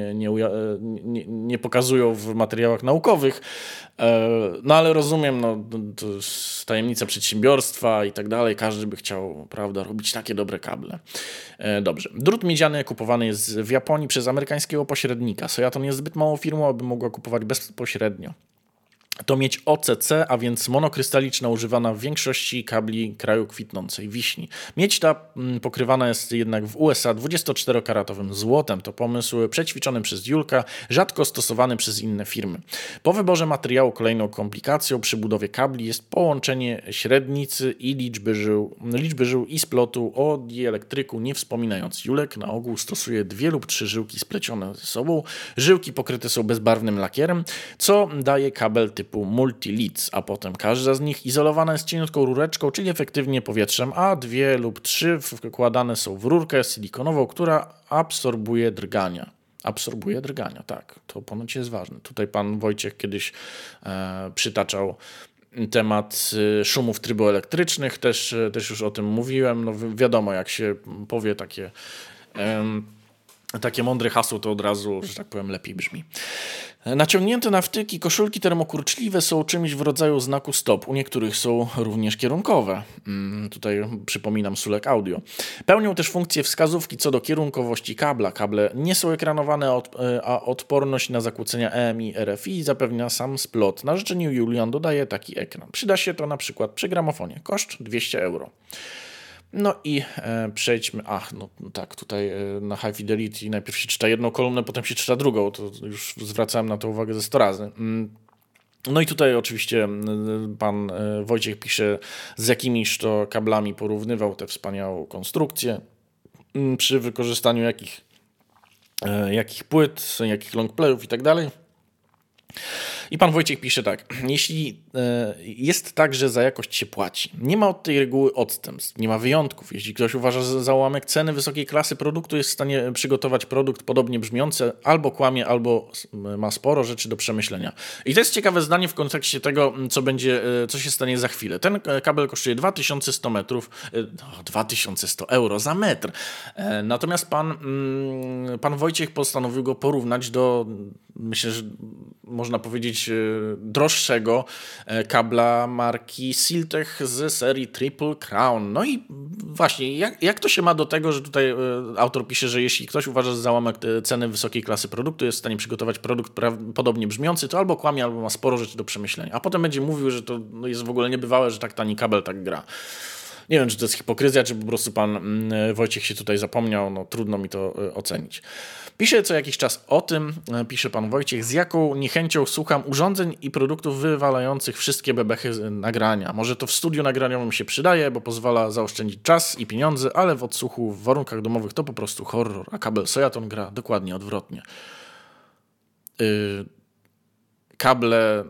nie pokazują w materiałach naukowych. No ale rozumiem, to jest tajemnica przedsiębiorstwa i tak dalej. Każdy by chciał, prawda, robić takie dobre kable. Dobrze. Drut miedziany kupowany jest w Japonii przez amerykańskiego pośrednika. Sojaton jest zbyt małą firmą, aby mogła kupować bezpośrednio. To miedź OCC, a więc monokrystaliczna, używana w większości kabli kraju kwitnącej wiśni. Miedź ta pokrywana jest jednak w USA 24-karatowym złotem. To pomysł przećwiczony przez Julka, rzadko stosowany przez inne firmy. Po wyborze materiału kolejną komplikacją przy budowie kabli jest połączenie średnicy i liczby żył i splotu o dielektryku, nie wspominając. Julek na ogół stosuje 2 lub 3 żyłki splecione ze sobą. Żyłki pokryte są bezbarwnym lakierem, co daje kabel typu multi-leads, a potem każda z nich izolowana jest cieniutką rureczką, czyli efektywnie powietrzem, a 2 lub 3 wkładane są w rurkę silikonową, która absorbuje drgania. Absorbuje drgania, tak. To ponoć jest ważne. Tutaj pan Wojciech kiedyś przytaczał temat szumów tryboelektrycznych, też już o tym mówiłem. No wiadomo, jak się powie takie mądre hasło, to od razu, że tak powiem, lepiej brzmi. Naciągnięte na wtyki koszulki termokurczliwe są czymś w rodzaju znaku stop. U niektórych są również kierunkowe. Tutaj przypominam Sulek Audio. Pełnią też funkcję wskazówki co do kierunkowości kabla. Kable nie są ekranowane, a odporność na zakłócenia EMI, RFI zapewnia sam splot. Na życzeniu Julian dodaje taki ekran. Przyda się to na przykład przy gramofonie. Koszt 200 euro. No i przejdźmy, tutaj na High Fidelity najpierw się czyta jedną kolumnę, potem się czyta drugą, to już zwracałem na to uwagę ze 100 razy. No i tutaj oczywiście pan Wojciech pisze, z jakimiś to kablami porównywał tę wspaniałą konstrukcję, przy wykorzystaniu jakich płyt, jakich longplayów i tak dalej. I pan Wojciech pisze tak: jeśli jest tak, że za jakość się płaci, nie ma od tej reguły odstępstw, nie ma wyjątków. Jeśli ktoś uważa, że za ułamek ceny wysokiej klasy produktu jest w stanie przygotować produkt podobnie brzmiący, albo kłamie, albo ma sporo rzeczy do przemyślenia. I to jest ciekawe zdanie w kontekście tego, co się stanie za chwilę. Ten kabel kosztuje 2100 metrów, 2100 euro za metr. Natomiast pan Wojciech postanowił go porównać do, myślę, że można powiedzieć, droższego kabla marki Siltech z serii Triple Crown. No i właśnie, jak to się ma do tego, że tutaj autor pisze, że jeśli ktoś uważa, że za ułamek ceny wysokiej klasy produktu jest w stanie przygotować produkt podobnie brzmiący, to albo kłamie, albo ma sporo rzeczy do przemyślenia. A potem będzie mówił, że to jest w ogóle niebywałe, że tak tani kabel tak gra. Nie wiem, czy to jest hipokryzja, czy po prostu pan Wojciech się tutaj zapomniał, no trudno mi to ocenić. Pisze co jakiś czas o tym, pisze pan Wojciech, z jaką niechęcią słucham urządzeń i produktów wywalających wszystkie bebechy nagrania. Może to w studiu nagraniowym się przydaje, bo pozwala zaoszczędzić czas i pieniądze, ale w odsłuchu w warunkach domowych to po prostu horror, a kabel Sojaton gra dokładnie odwrotnie. Kable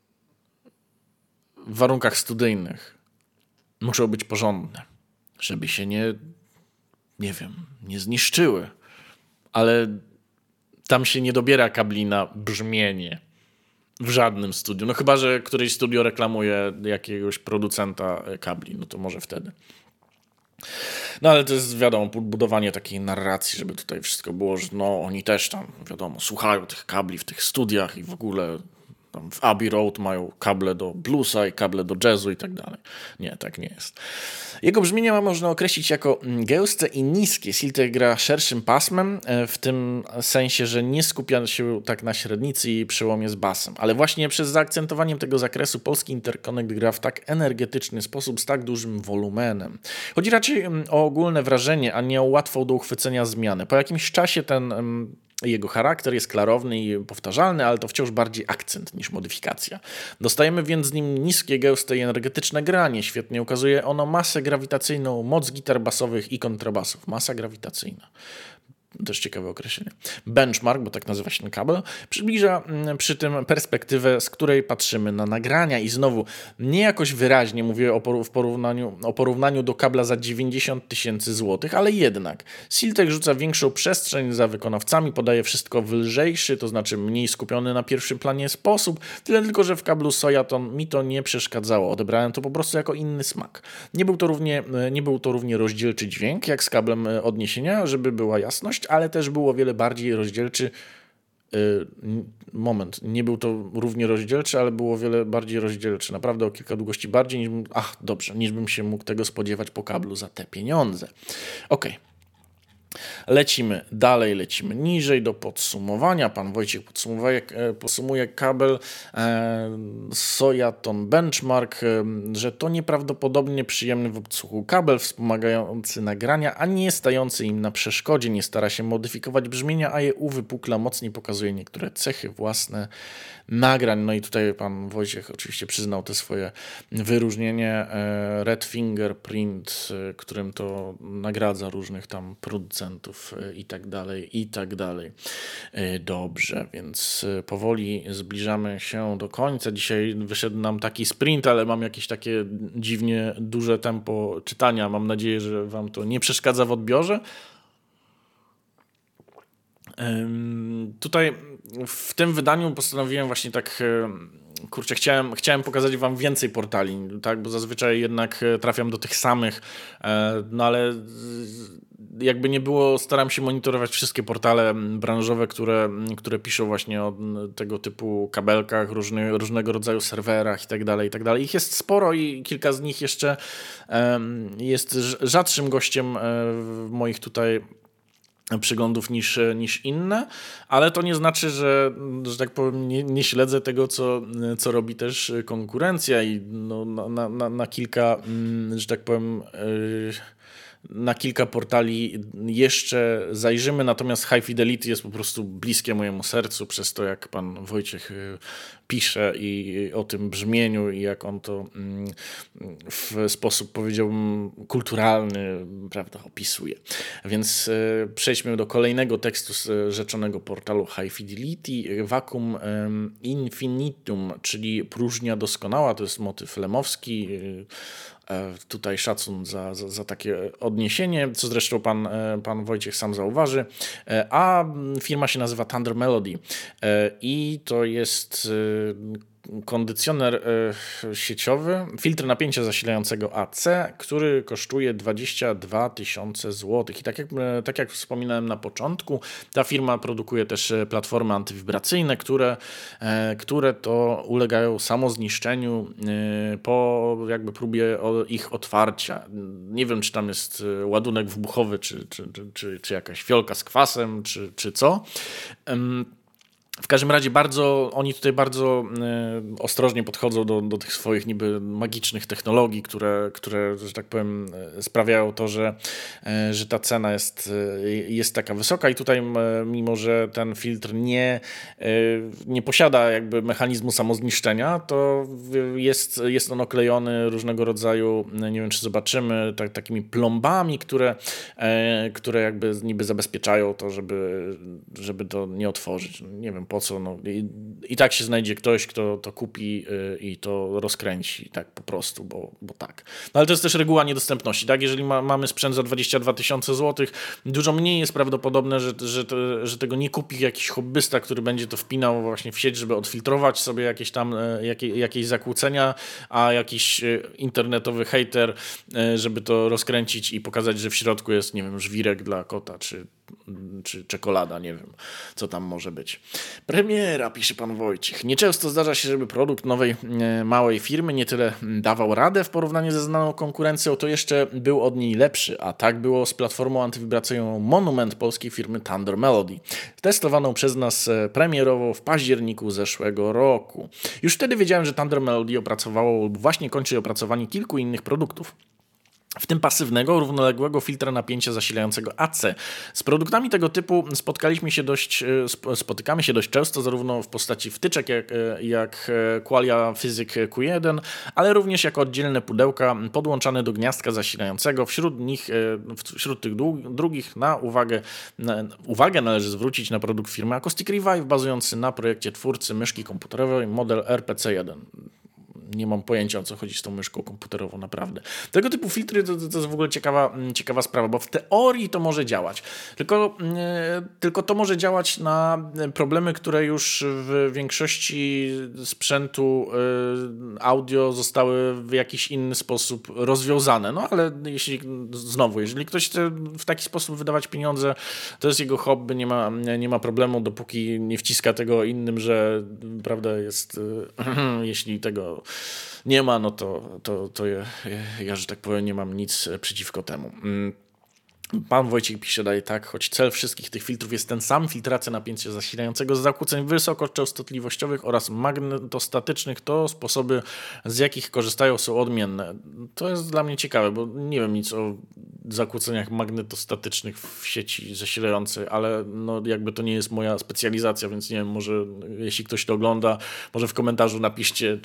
w warunkach studyjnych muszą być porządne, żeby się nie zniszczyły. Ale tam się nie dobiera kabli na brzmienie w żadnym studiu. No chyba, że któreś studio reklamuje jakiegoś producenta kabli, no to może wtedy. No ale to jest, wiadomo, budowanie takiej narracji, żeby tutaj wszystko było, że no oni też tam, wiadomo, słuchają tych kabli w tych studiach i w ogóle tam w Abbey Road mają kable do bluesa i kable do jazzu i tak dalej. Nie, tak nie jest. Jego brzmienie można określić jako gęste i niskie. Siltek gra szerszym pasmem, w tym sensie, że nie skupia się tak na średnicy i przełomie z basem. Ale właśnie przez zaakcentowanie tego zakresu polski interconnect gra w tak energetyczny sposób z tak dużym wolumenem. Chodzi raczej o ogólne wrażenie, a nie o łatwą do uchwycenia zmianę. Po jakimś czasie jego charakter jest klarowny i powtarzalny, ale to wciąż bardziej akcent niż modyfikacja. Dostajemy więc z nim niskie, gęste i energetyczne granie. Świetnie ukazuje ono masę grawitacyjną, moc gitar basowych i kontrabasów. Masa grawitacyjna. Też ciekawe określenie. Benchmark, bo tak nazywa się ten kabel, przybliża przy tym perspektywę, z której patrzymy na nagrania i znowu nie jakoś wyraźnie mówię o porównaniu do kabla za 90 000 złotych, ale jednak Siltek rzuca większą przestrzeń za wykonawcami, podaje wszystko w lżejszy, to znaczy mniej skupiony na pierwszym planie sposób, tyle tylko, że w kablu Sojaton mi to nie przeszkadzało. Odebrałem to po prostu jako inny smak. Nie był to równie rozdzielczy dźwięk, jak z kablem odniesienia, żeby była jasność, ale też było o wiele bardziej rozdzielczy. Nie był to równie rozdzielczy, ale było o wiele bardziej rozdzielczy. Naprawdę o kilka długości bardziej niż bym się mógł tego spodziewać po kablu za te pieniądze. Okej. Lecimy dalej, lecimy niżej do podsumowania. Pan Wojciech podsumuje kabel Sojaton Benchmark, że to nieprawdopodobnie przyjemny w obsługu kabel, wspomagający nagrania, a nie stający im na przeszkodzie. Nie stara się modyfikować brzmienia, a je uwypukla, mocniej pokazuje niektóre cechy własne nagrań. No i tutaj pan Wojciech oczywiście przyznał te swoje wyróżnienie Red Fingerprint, którym to nagradza różnych tam producentów i tak dalej, i tak dalej. Dobrze, więc powoli zbliżamy się do końca. Dzisiaj wyszedł nam taki sprint, ale mam jakieś takie dziwnie duże tempo czytania. Mam nadzieję, że wam to nie przeszkadza w odbiorze. Tutaj w tym wydaniu postanowiłem właśnie tak, chciałem pokazać wam więcej portali, tak, bo zazwyczaj jednak trafiam do tych samych, no ale jakby nie było, staram się monitorować wszystkie portale branżowe, które piszą właśnie o tego typu kabelkach, różnego rodzaju serwerach i tak dalej, i tak dalej. Ich jest sporo i kilka z nich jeszcze jest rzadszym gościem w moich tutaj przyglądów niż inne, ale to nie znaczy, że tak powiem nie śledzę tego, co robi też konkurencja i no, na kilka, że tak powiem, na kilka portali jeszcze zajrzymy, natomiast High Fidelity jest po prostu bliskie mojemu sercu przez to, jak pan Wojciech pisze i o tym brzmieniu i jak on to w sposób, powiedziałbym, kulturalny, prawda, opisuje. Więc przejdźmy do kolejnego tekstu z rzeczonego portalu High Fidelity. Vacuum Infinitum, czyli próżnia doskonała, to jest motyw lemowski. Tutaj szacun za takie odniesienie, co zresztą pan Wojciech sam zauważy. A firma się nazywa Thunder Melody i to jest kondycjoner sieciowy, filtr napięcia zasilającego AC, który kosztuje 22 000 złotych. I tak jak wspominałem na początku, ta firma produkuje też platformy antywibracyjne, które to ulegają samozniszczeniu po jakby próbie ich otwarcia. Nie wiem, czy tam jest ładunek wybuchowy, czy jakaś fiolka z kwasem, czy co. W każdym razie oni tutaj bardzo ostrożnie podchodzą do tych swoich niby magicznych technologii, które, że tak powiem, sprawiają to, że ta cena jest taka wysoka i tutaj mimo, że ten filtr nie posiada jakby mechanizmu samozniszczenia, to jest on oklejony różnego rodzaju, nie wiem czy zobaczymy, takimi plombami, które jakby niby zabezpieczają to, żeby to nie otworzyć. Nie wiem po co, no i tak się znajdzie ktoś, kto to kupi i to rozkręci, tak po prostu, bo tak. No ale to jest też reguła niedostępności, tak? Jeżeli mamy sprzęt za 22 000 złotych, dużo mniej jest prawdopodobne, że tego nie kupi jakiś hobbysta, który będzie to wpinał właśnie w sieć, żeby odfiltrować sobie jakieś tam jakieś zakłócenia, a jakiś internetowy hejter, żeby to rozkręcić i pokazać, że w środku jest, nie wiem, żwirek dla kota, czy czy czekolada, nie wiem, co tam może być. Premiera, pisze pan Wojciech. Nieczęsto zdarza się, żeby produkt nowej, małej firmy nie tyle dawał radę w porównaniu ze znaną konkurencją, to jeszcze był od niej lepszy, a tak było z platformą antywibracyjną Monument polskiej firmy Thunder Melody, testowaną przez nas premierowo w październiku zeszłego roku. Już wtedy wiedziałem, że Thunder Melody opracowało lub właśnie kończy opracowanie kilku innych produktów, w tym pasywnego, równoległego filtra napięcia zasilającego AC. Z produktami tego typu spotykamy się dość często, zarówno w postaci wtyczek jak Qualia Physic Q1, ale również jako oddzielne pudełka podłączane do gniazdka zasilającego. Wśród tych drugich uwagę należy zwrócić na produkt firmy Acoustic Revive, bazujący na projekcie twórcy myszki komputerowej model RPC1. Nie mam pojęcia, o co chodzi z tą myszką komputerową, naprawdę. Tego typu filtry to jest w ogóle ciekawa sprawa, bo w teorii to może działać. Tylko to może działać na problemy, które już w większości sprzętu audio zostały w jakiś inny sposób rozwiązane. No ale jeżeli ktoś chce w taki sposób wydawać pieniądze, to jest jego hobby, nie ma problemu, dopóki nie wciska tego innym, że prawda jest, jeśli tego nie ma, no to ja, że tak powiem, nie mam nic przeciwko temu. Pan Wojciech pisze dalej tak, choć cel wszystkich tych filtrów jest ten sam, filtracja napięcia zasilającego z zakłóceń wysokoczęstotliwościowych oraz magnetostatycznych, to sposoby, z jakich korzystają, są odmienne. To jest dla mnie ciekawe, bo nie wiem nic o zakłóceniach magnetostatycznych w sieci zasilającej, ale no jakby to nie jest moja specjalizacja, więc nie wiem, może jeśli ktoś to ogląda, może w komentarzu napiszcie,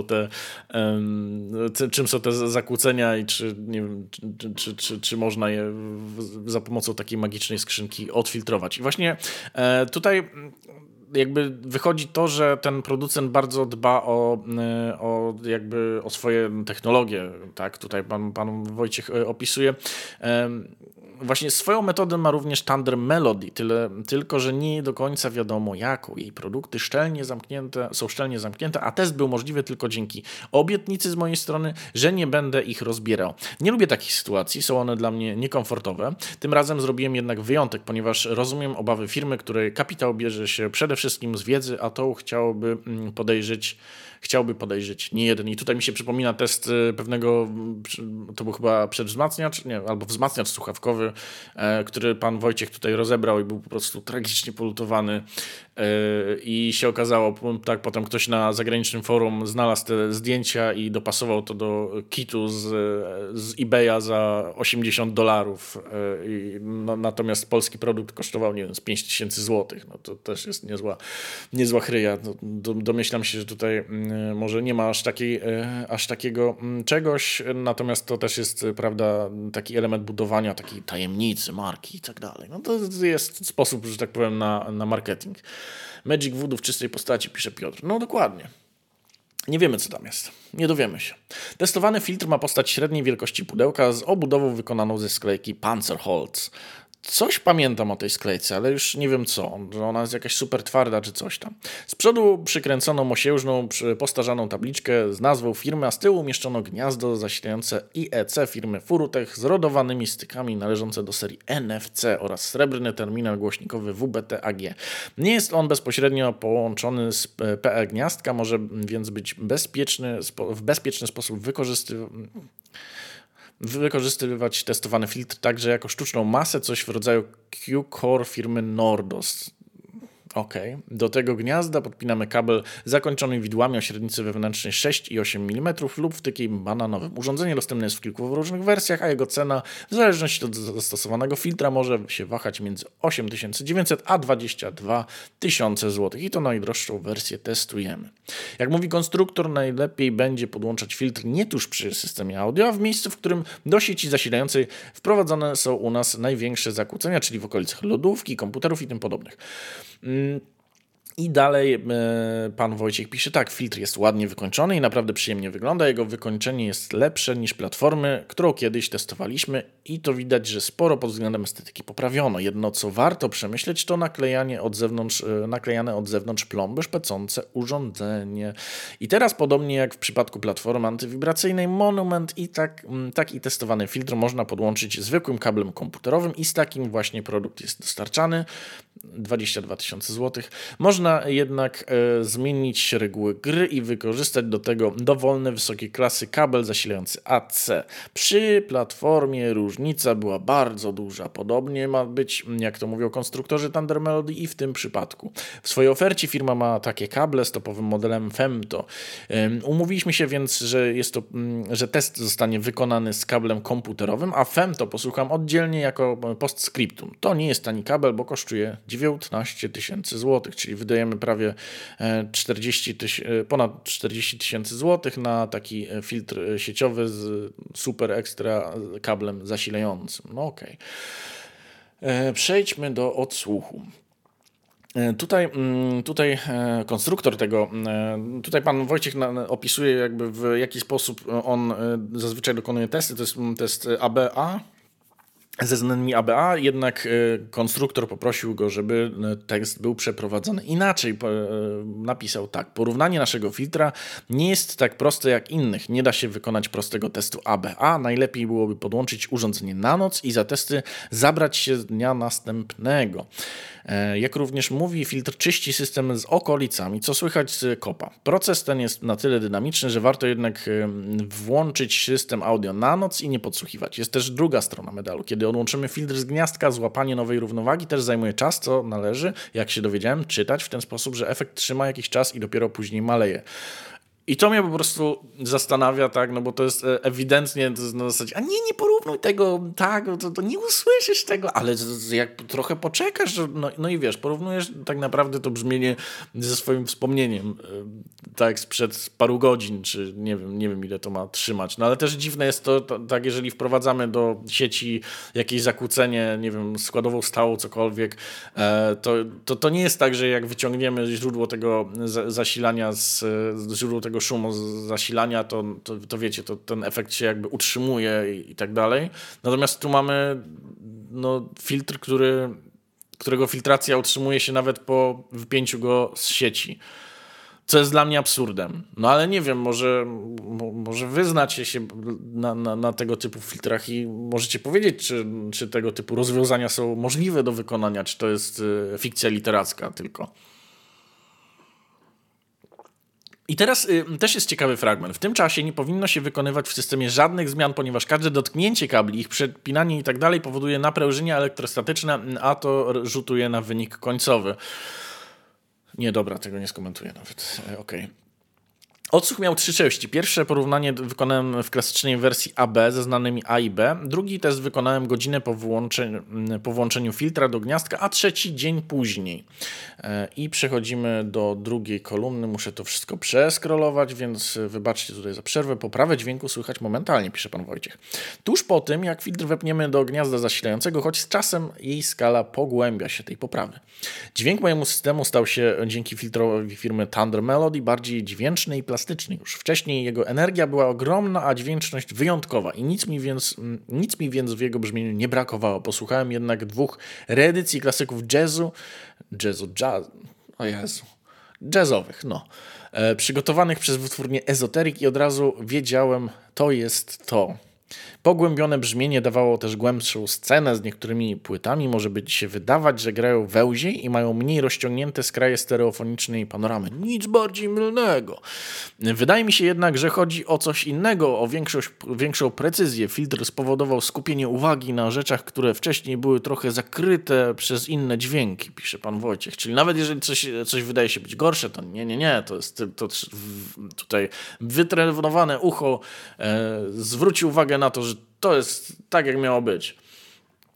czym są te zakłócenia i czy, nie wiem, czy można je za pomocą takiej magicznej skrzynki odfiltrować. I właśnie tutaj jakby wychodzi to, że ten producent bardzo dba o swoje technologie, tak? Tutaj pan Wojciech opisuje. Właśnie swoją metodę ma również Thunder Melody, tylko że nie do końca wiadomo jaką. Jej produkty są szczelnie zamknięte, a test był możliwy tylko dzięki obietnicy z mojej strony, że nie będę ich rozbierał. Nie lubię takich sytuacji, są one dla mnie niekomfortowe. Tym razem zrobiłem jednak wyjątek, ponieważ rozumiem obawy firmy, której kapitał bierze się przede wszystkim z wiedzy, a to chciałby podejrzeć nie jeden. I tutaj mi się przypomina test pewnego, to był chyba przedwzmacniacz, albo wzmacniacz słuchawkowy, który pan Wojciech tutaj rozebrał i był po prostu tragicznie polutowany. I się okazało, tak potem ktoś na zagranicznym forum znalazł te zdjęcia i dopasował to do kitu z eBaya za $80. Natomiast polski produkt kosztował, nie wiem, z 5000 złotych. No to też jest niezła chryja. Domyślam się, że tutaj może nie ma aż takiego czegoś, natomiast to też jest, prawda, taki element budowania takiej tajemnicy, marki i tak dalej. No to jest sposób, że tak powiem, na marketing. Magic Voodoo w czystej postaci, pisze Piotr. No dokładnie. Nie wiemy, co tam jest. Nie dowiemy się. Testowany filtr ma postać średniej wielkości pudełka z obudową wykonaną ze sklejki Panzerholz. Coś pamiętam o tej sklejce, ale już nie wiem co. Że ona jest jakaś super twarda czy coś tam. Z przodu przykręcono mosiężną, postarzaną tabliczkę z nazwą firmy, a z tyłu umieszczono gniazdo zasilające IEC firmy Furutech z rodowanymi stykami należące do serii NFC oraz srebrny terminal głośnikowy WBT-AG. Nie jest on bezpośrednio połączony z PE gniazdka, może więc być w bezpieczny sposób wykorzystywać testowany filtr także jako sztuczną masę, coś w rodzaju Q-Core firmy Nordos. Do tego gniazda podpinamy kabel zakończony widłami o średnicy wewnętrznej 6,8 mm lub wtykiem bananowym. Urządzenie dostępne jest w kilku różnych wersjach, a jego cena w zależności od zastosowanego filtra może się wahać między 8900 a 22 000 zł. I to najdroższą wersję testujemy. Jak mówi konstruktor, najlepiej będzie podłączać filtr nie tuż przy systemie audio, a w miejscu, w którym do sieci zasilającej wprowadzone są u nas największe zakłócenia, czyli w okolicach lodówki, komputerów i tym podobnych. I dalej pan Wojciech pisze tak, filtr jest ładnie wykończony i naprawdę przyjemnie wygląda. Jego wykończenie jest lepsze niż platformy, którą kiedyś testowaliśmy i to widać, że sporo pod względem estetyki poprawiono. Jedno, co warto przemyśleć, to naklejane od zewnątrz plomby szpecące urządzenie. I teraz podobnie jak w przypadku platformy antywibracyjnej Monument i taki testowany filtr można podłączyć zwykłym kablem komputerowym i z takim właśnie produkt jest dostarczany. 22 000 złotych. Można jednak zmienić reguły gry i wykorzystać do tego dowolny wysokiej klasy kabel zasilający AC. Przy platformie różnica była bardzo duża. Podobnie ma być, jak to mówią konstruktorzy Thunder Melody i w tym przypadku. W swojej ofercie firma ma takie kable z topowym modelem Femto. Umówiliśmy się więc, że test zostanie wykonany z kablem komputerowym, a Femto posłucham oddzielnie jako postscriptum. To nie jest tani kabel, bo kosztuje 19 000 złotych, czyli wydajemy prawie ponad 40 000 złotych na taki filtr sieciowy z super ekstra kablem zasilającym. No okej. Przejdźmy do odsłuchu. Tutaj konstruktor tego, tutaj pan Wojciech opisuje jakby w jaki sposób on zazwyczaj dokonuje testy, to jest test ABA, ze znanymi ABA, jednak konstruktor poprosił go, żeby tekst był przeprowadzony inaczej. Napisał tak: porównanie naszego filtra nie jest tak proste jak innych. Nie da się wykonać prostego testu ABA. Najlepiej byłoby podłączyć urządzenie na noc i za testy zabrać się z dnia następnego. Jak również mówi, filtr czyści system z okolicami, co słychać z kopa. Proces ten jest na tyle dynamiczny, że warto jednak włączyć system audio na noc i nie podsłuchiwać. Jest też druga strona medalu. Kiedy odłączymy filtr z gniazdka, złapanie nowej równowagi też zajmuje czas, co należy, jak się dowiedziałem, czytać w ten sposób, że efekt trzyma jakiś czas i dopiero później maleje. I to mnie po prostu zastanawia, tak, no bo to jest ewidentnie to jest na zasadzie, a nie porównuj tego, tak, to nie usłyszysz tego, ale jak trochę poczekasz, no i wiesz, porównujesz tak naprawdę to brzmienie ze swoim wspomnieniem, tak sprzed paru godzin, czy nie wiem ile to ma trzymać, no ale też dziwne jest to tak, jeżeli wprowadzamy do sieci jakieś zakłócenie, nie wiem, składową stałą, cokolwiek, to nie jest tak, że jak wyciągniemy źródło tego zasilania źródło tego szumu z zasilania, to wiecie, to ten efekt się jakby utrzymuje i tak dalej. Natomiast tu mamy filtr, którego filtracja utrzymuje się nawet po wypięciu go z sieci. Co jest dla mnie absurdem. No ale nie wiem, może wy znacie się na tego typu filtrach i możecie powiedzieć, czy tego typu rozwiązania są możliwe do wykonania, czy to jest fikcja literacka tylko. I teraz też jest ciekawy fragment. W tym czasie nie powinno się wykonywać w systemie żadnych zmian, ponieważ każde dotknięcie kabli, ich przepinanie i tak dalej powoduje naprężenia elektrostatyczne, a to rzutuje na wynik końcowy. Nie, dobra, tego nie skomentuję nawet. Okej. Odsłuch miał 3 części. Pierwsze porównanie wykonałem w klasycznej wersji AB ze znanymi A i B. Drugi test wykonałem godzinę po włączeniu filtra do gniazdka, a trzeci dzień później. I przechodzimy do drugiej kolumny. Muszę to wszystko przeskrolować, więc wybaczcie tutaj za przerwę. Poprawę dźwięku słychać momentalnie, pisze pan Wojciech. Tuż po tym, jak filtr wepniemy do gniazda zasilającego, choć z czasem jej skala pogłębia się tej poprawy. Dźwięk mojemu systemu stał się dzięki filtrowi firmy Thunder Melody bardziej dźwięczny i plastyczny. Już wcześniej jego energia była ogromna, a dźwięczność wyjątkowa i nic mi więc w jego brzmieniu nie brakowało. Posłuchałem jednak 2 reedycji klasyków jazzowych, przygotowanych przez wytwórnię Esoteric i od razu wiedziałem, to jest to. Pogłębione brzmienie dawało też głębszą scenę z niektórymi płytami. Może by się wydawać, że grają wełziej i mają mniej rozciągnięte skraje stereofonicznej panoramy. Nic bardziej mylnego. Wydaje mi się jednak, że chodzi o coś innego, o większą precyzję. Filtr spowodował skupienie uwagi na rzeczach, które wcześniej były trochę zakryte przez inne dźwięki, pisze pan Wojciech. Czyli nawet jeżeli coś wydaje się być gorsze, to nie. To jest tutaj wytrenowane ucho zwróci uwagę na to, że to jest tak, jak miało być.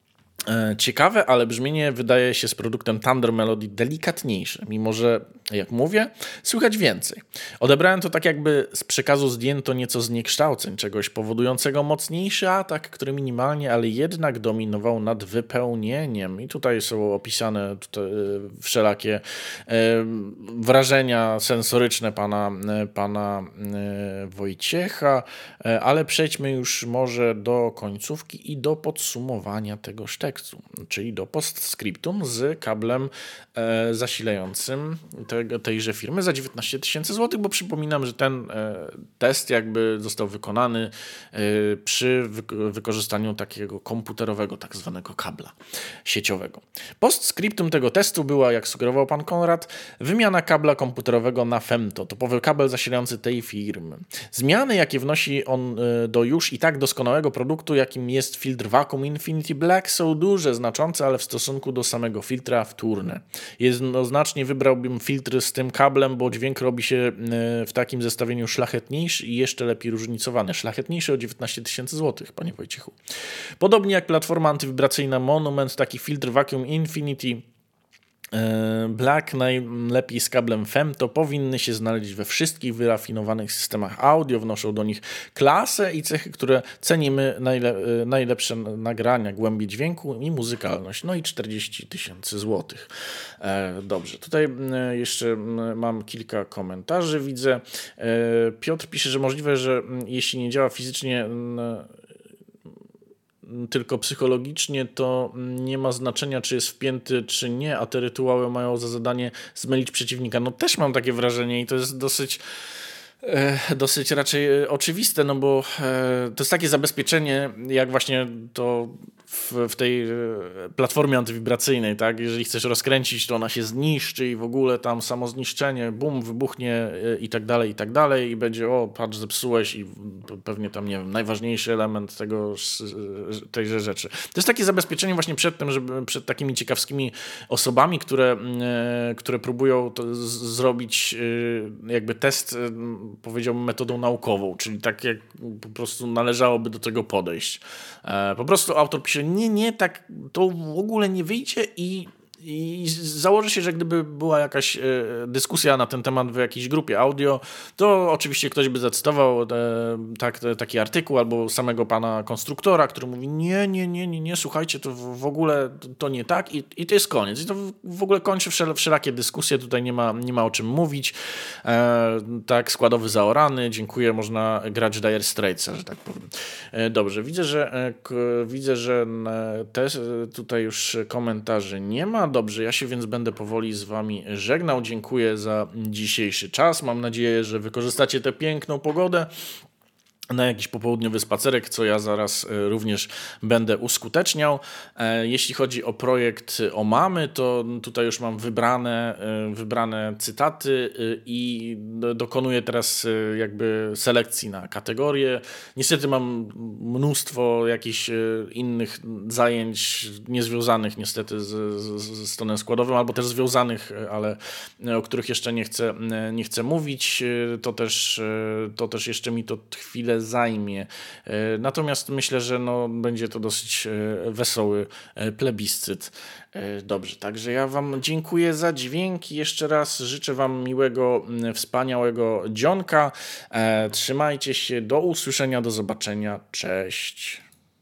Ciekawe, ale brzmienie wydaje się z produktem Thunder Melody delikatniejsze, mimo że, jak mówię, słychać więcej. Odebrałem to tak, jakby z przekazu zdjęto nieco zniekształceń, czegoś powodującego mocniejszy atak, który minimalnie, ale jednak dominował nad wypełnieniem. I tutaj są opisane wszelakie wrażenia sensoryczne pana Wojciecha, ale przejdźmy już może do końcówki i do podsumowania tegoż tekstu, czyli do postscriptum z kablem zasilającym tejże firmy za 19 000 złotych, bo przypominam, że ten test jakby został wykonany przy wykorzystaniu takiego komputerowego, tak zwanego kabla sieciowego. Postscriptum tego testu była, jak sugerował pan Konrad, wymiana kabla komputerowego na Femto, topowy kabel zasilający tej firmy. Zmiany, jakie wnosi on do już i tak doskonałego produktu, jakim jest filtr Vacuum Infinity Black, są duże, znaczące, ale w stosunku do samego filtra wtórne. Jednoznacznie wybrałbym filtr z tym kablem, bo dźwięk robi się w takim zestawieniu szlachetniejszy i jeszcze lepiej różnicowany. Szlachetniejszy o 19 000 złotych, panie Wojciechu. Podobnie jak platforma antywibracyjna Monument, taki filtr Vacuum Infinity Black, najlepiej z kablem Femto, powinny się znaleźć we wszystkich wyrafinowanych systemach audio. Wnoszą do nich klasę i cechy, które cenimy, najlepsze nagrania, głębię dźwięku i muzykalność. No i 40 000 złotych. Dobrze, tutaj jeszcze mam kilka komentarzy, widzę. Piotr pisze, że możliwe, że jeśli nie działa fizycznie, tylko psychologicznie, to nie ma znaczenia, czy jest wpięty, czy nie, a te rytuały mają za zadanie zmylić przeciwnika. No też mam takie wrażenie i to jest dosyć raczej oczywiste, no bo to jest takie zabezpieczenie, jak właśnie to w tej platformie antywibracyjnej, tak? Jeżeli chcesz rozkręcić, to ona się zniszczy i w ogóle tam samo zniszczenie, bum, wybuchnie i tak dalej i będzie, o, patrz, zepsułeś i pewnie tam, nie wiem, najważniejszy element tejże rzeczy. To jest takie zabezpieczenie właśnie przed tym, żeby przed takimi ciekawskimi osobami, które próbują to zrobić jakby test, powiedziałbym, metodą naukową, czyli tak jak po prostu należałoby do tego podejść. Po prostu autor pisze, nie, tak to w ogóle nie wyjdzie i założę się, że gdyby była jakaś dyskusja na ten temat w jakiejś grupie audio, to oczywiście ktoś by zacytował taki artykuł albo samego pana konstruktora, który mówi nie, słuchajcie, to w ogóle to nie tak i to jest koniec. I to w ogóle kończy wszelakie dyskusje, tutaj nie ma o czym mówić. Tak, składowy zaorany, dziękuję, można grać Dire Straitsa, że tak powiem. Dobrze, widzę, że tutaj już komentarzy nie ma. Dobrze, ja się więc będę powoli z wami żegnał. Dziękuję za dzisiejszy czas. Mam nadzieję, że wykorzystacie tę piękną pogodę na jakiś popołudniowy spacerek, co ja zaraz również będę uskuteczniał. Jeśli chodzi o projekt Omamy, to tutaj już mam wybrane cytaty i dokonuję teraz jakby selekcji na kategorie. Niestety mam mnóstwo jakichś innych zajęć niezwiązanych niestety z tonem składowym, albo też związanych, ale o których jeszcze nie chcę mówić. To też jeszcze mi to chwilę zajmie. Natomiast myślę, że będzie to dosyć wesoły plebiscyt. Dobrze, także ja wam dziękuję za dźwięk. Jeszcze raz życzę wam miłego, wspaniałego dzionka. Trzymajcie się, do usłyszenia, do zobaczenia. Cześć.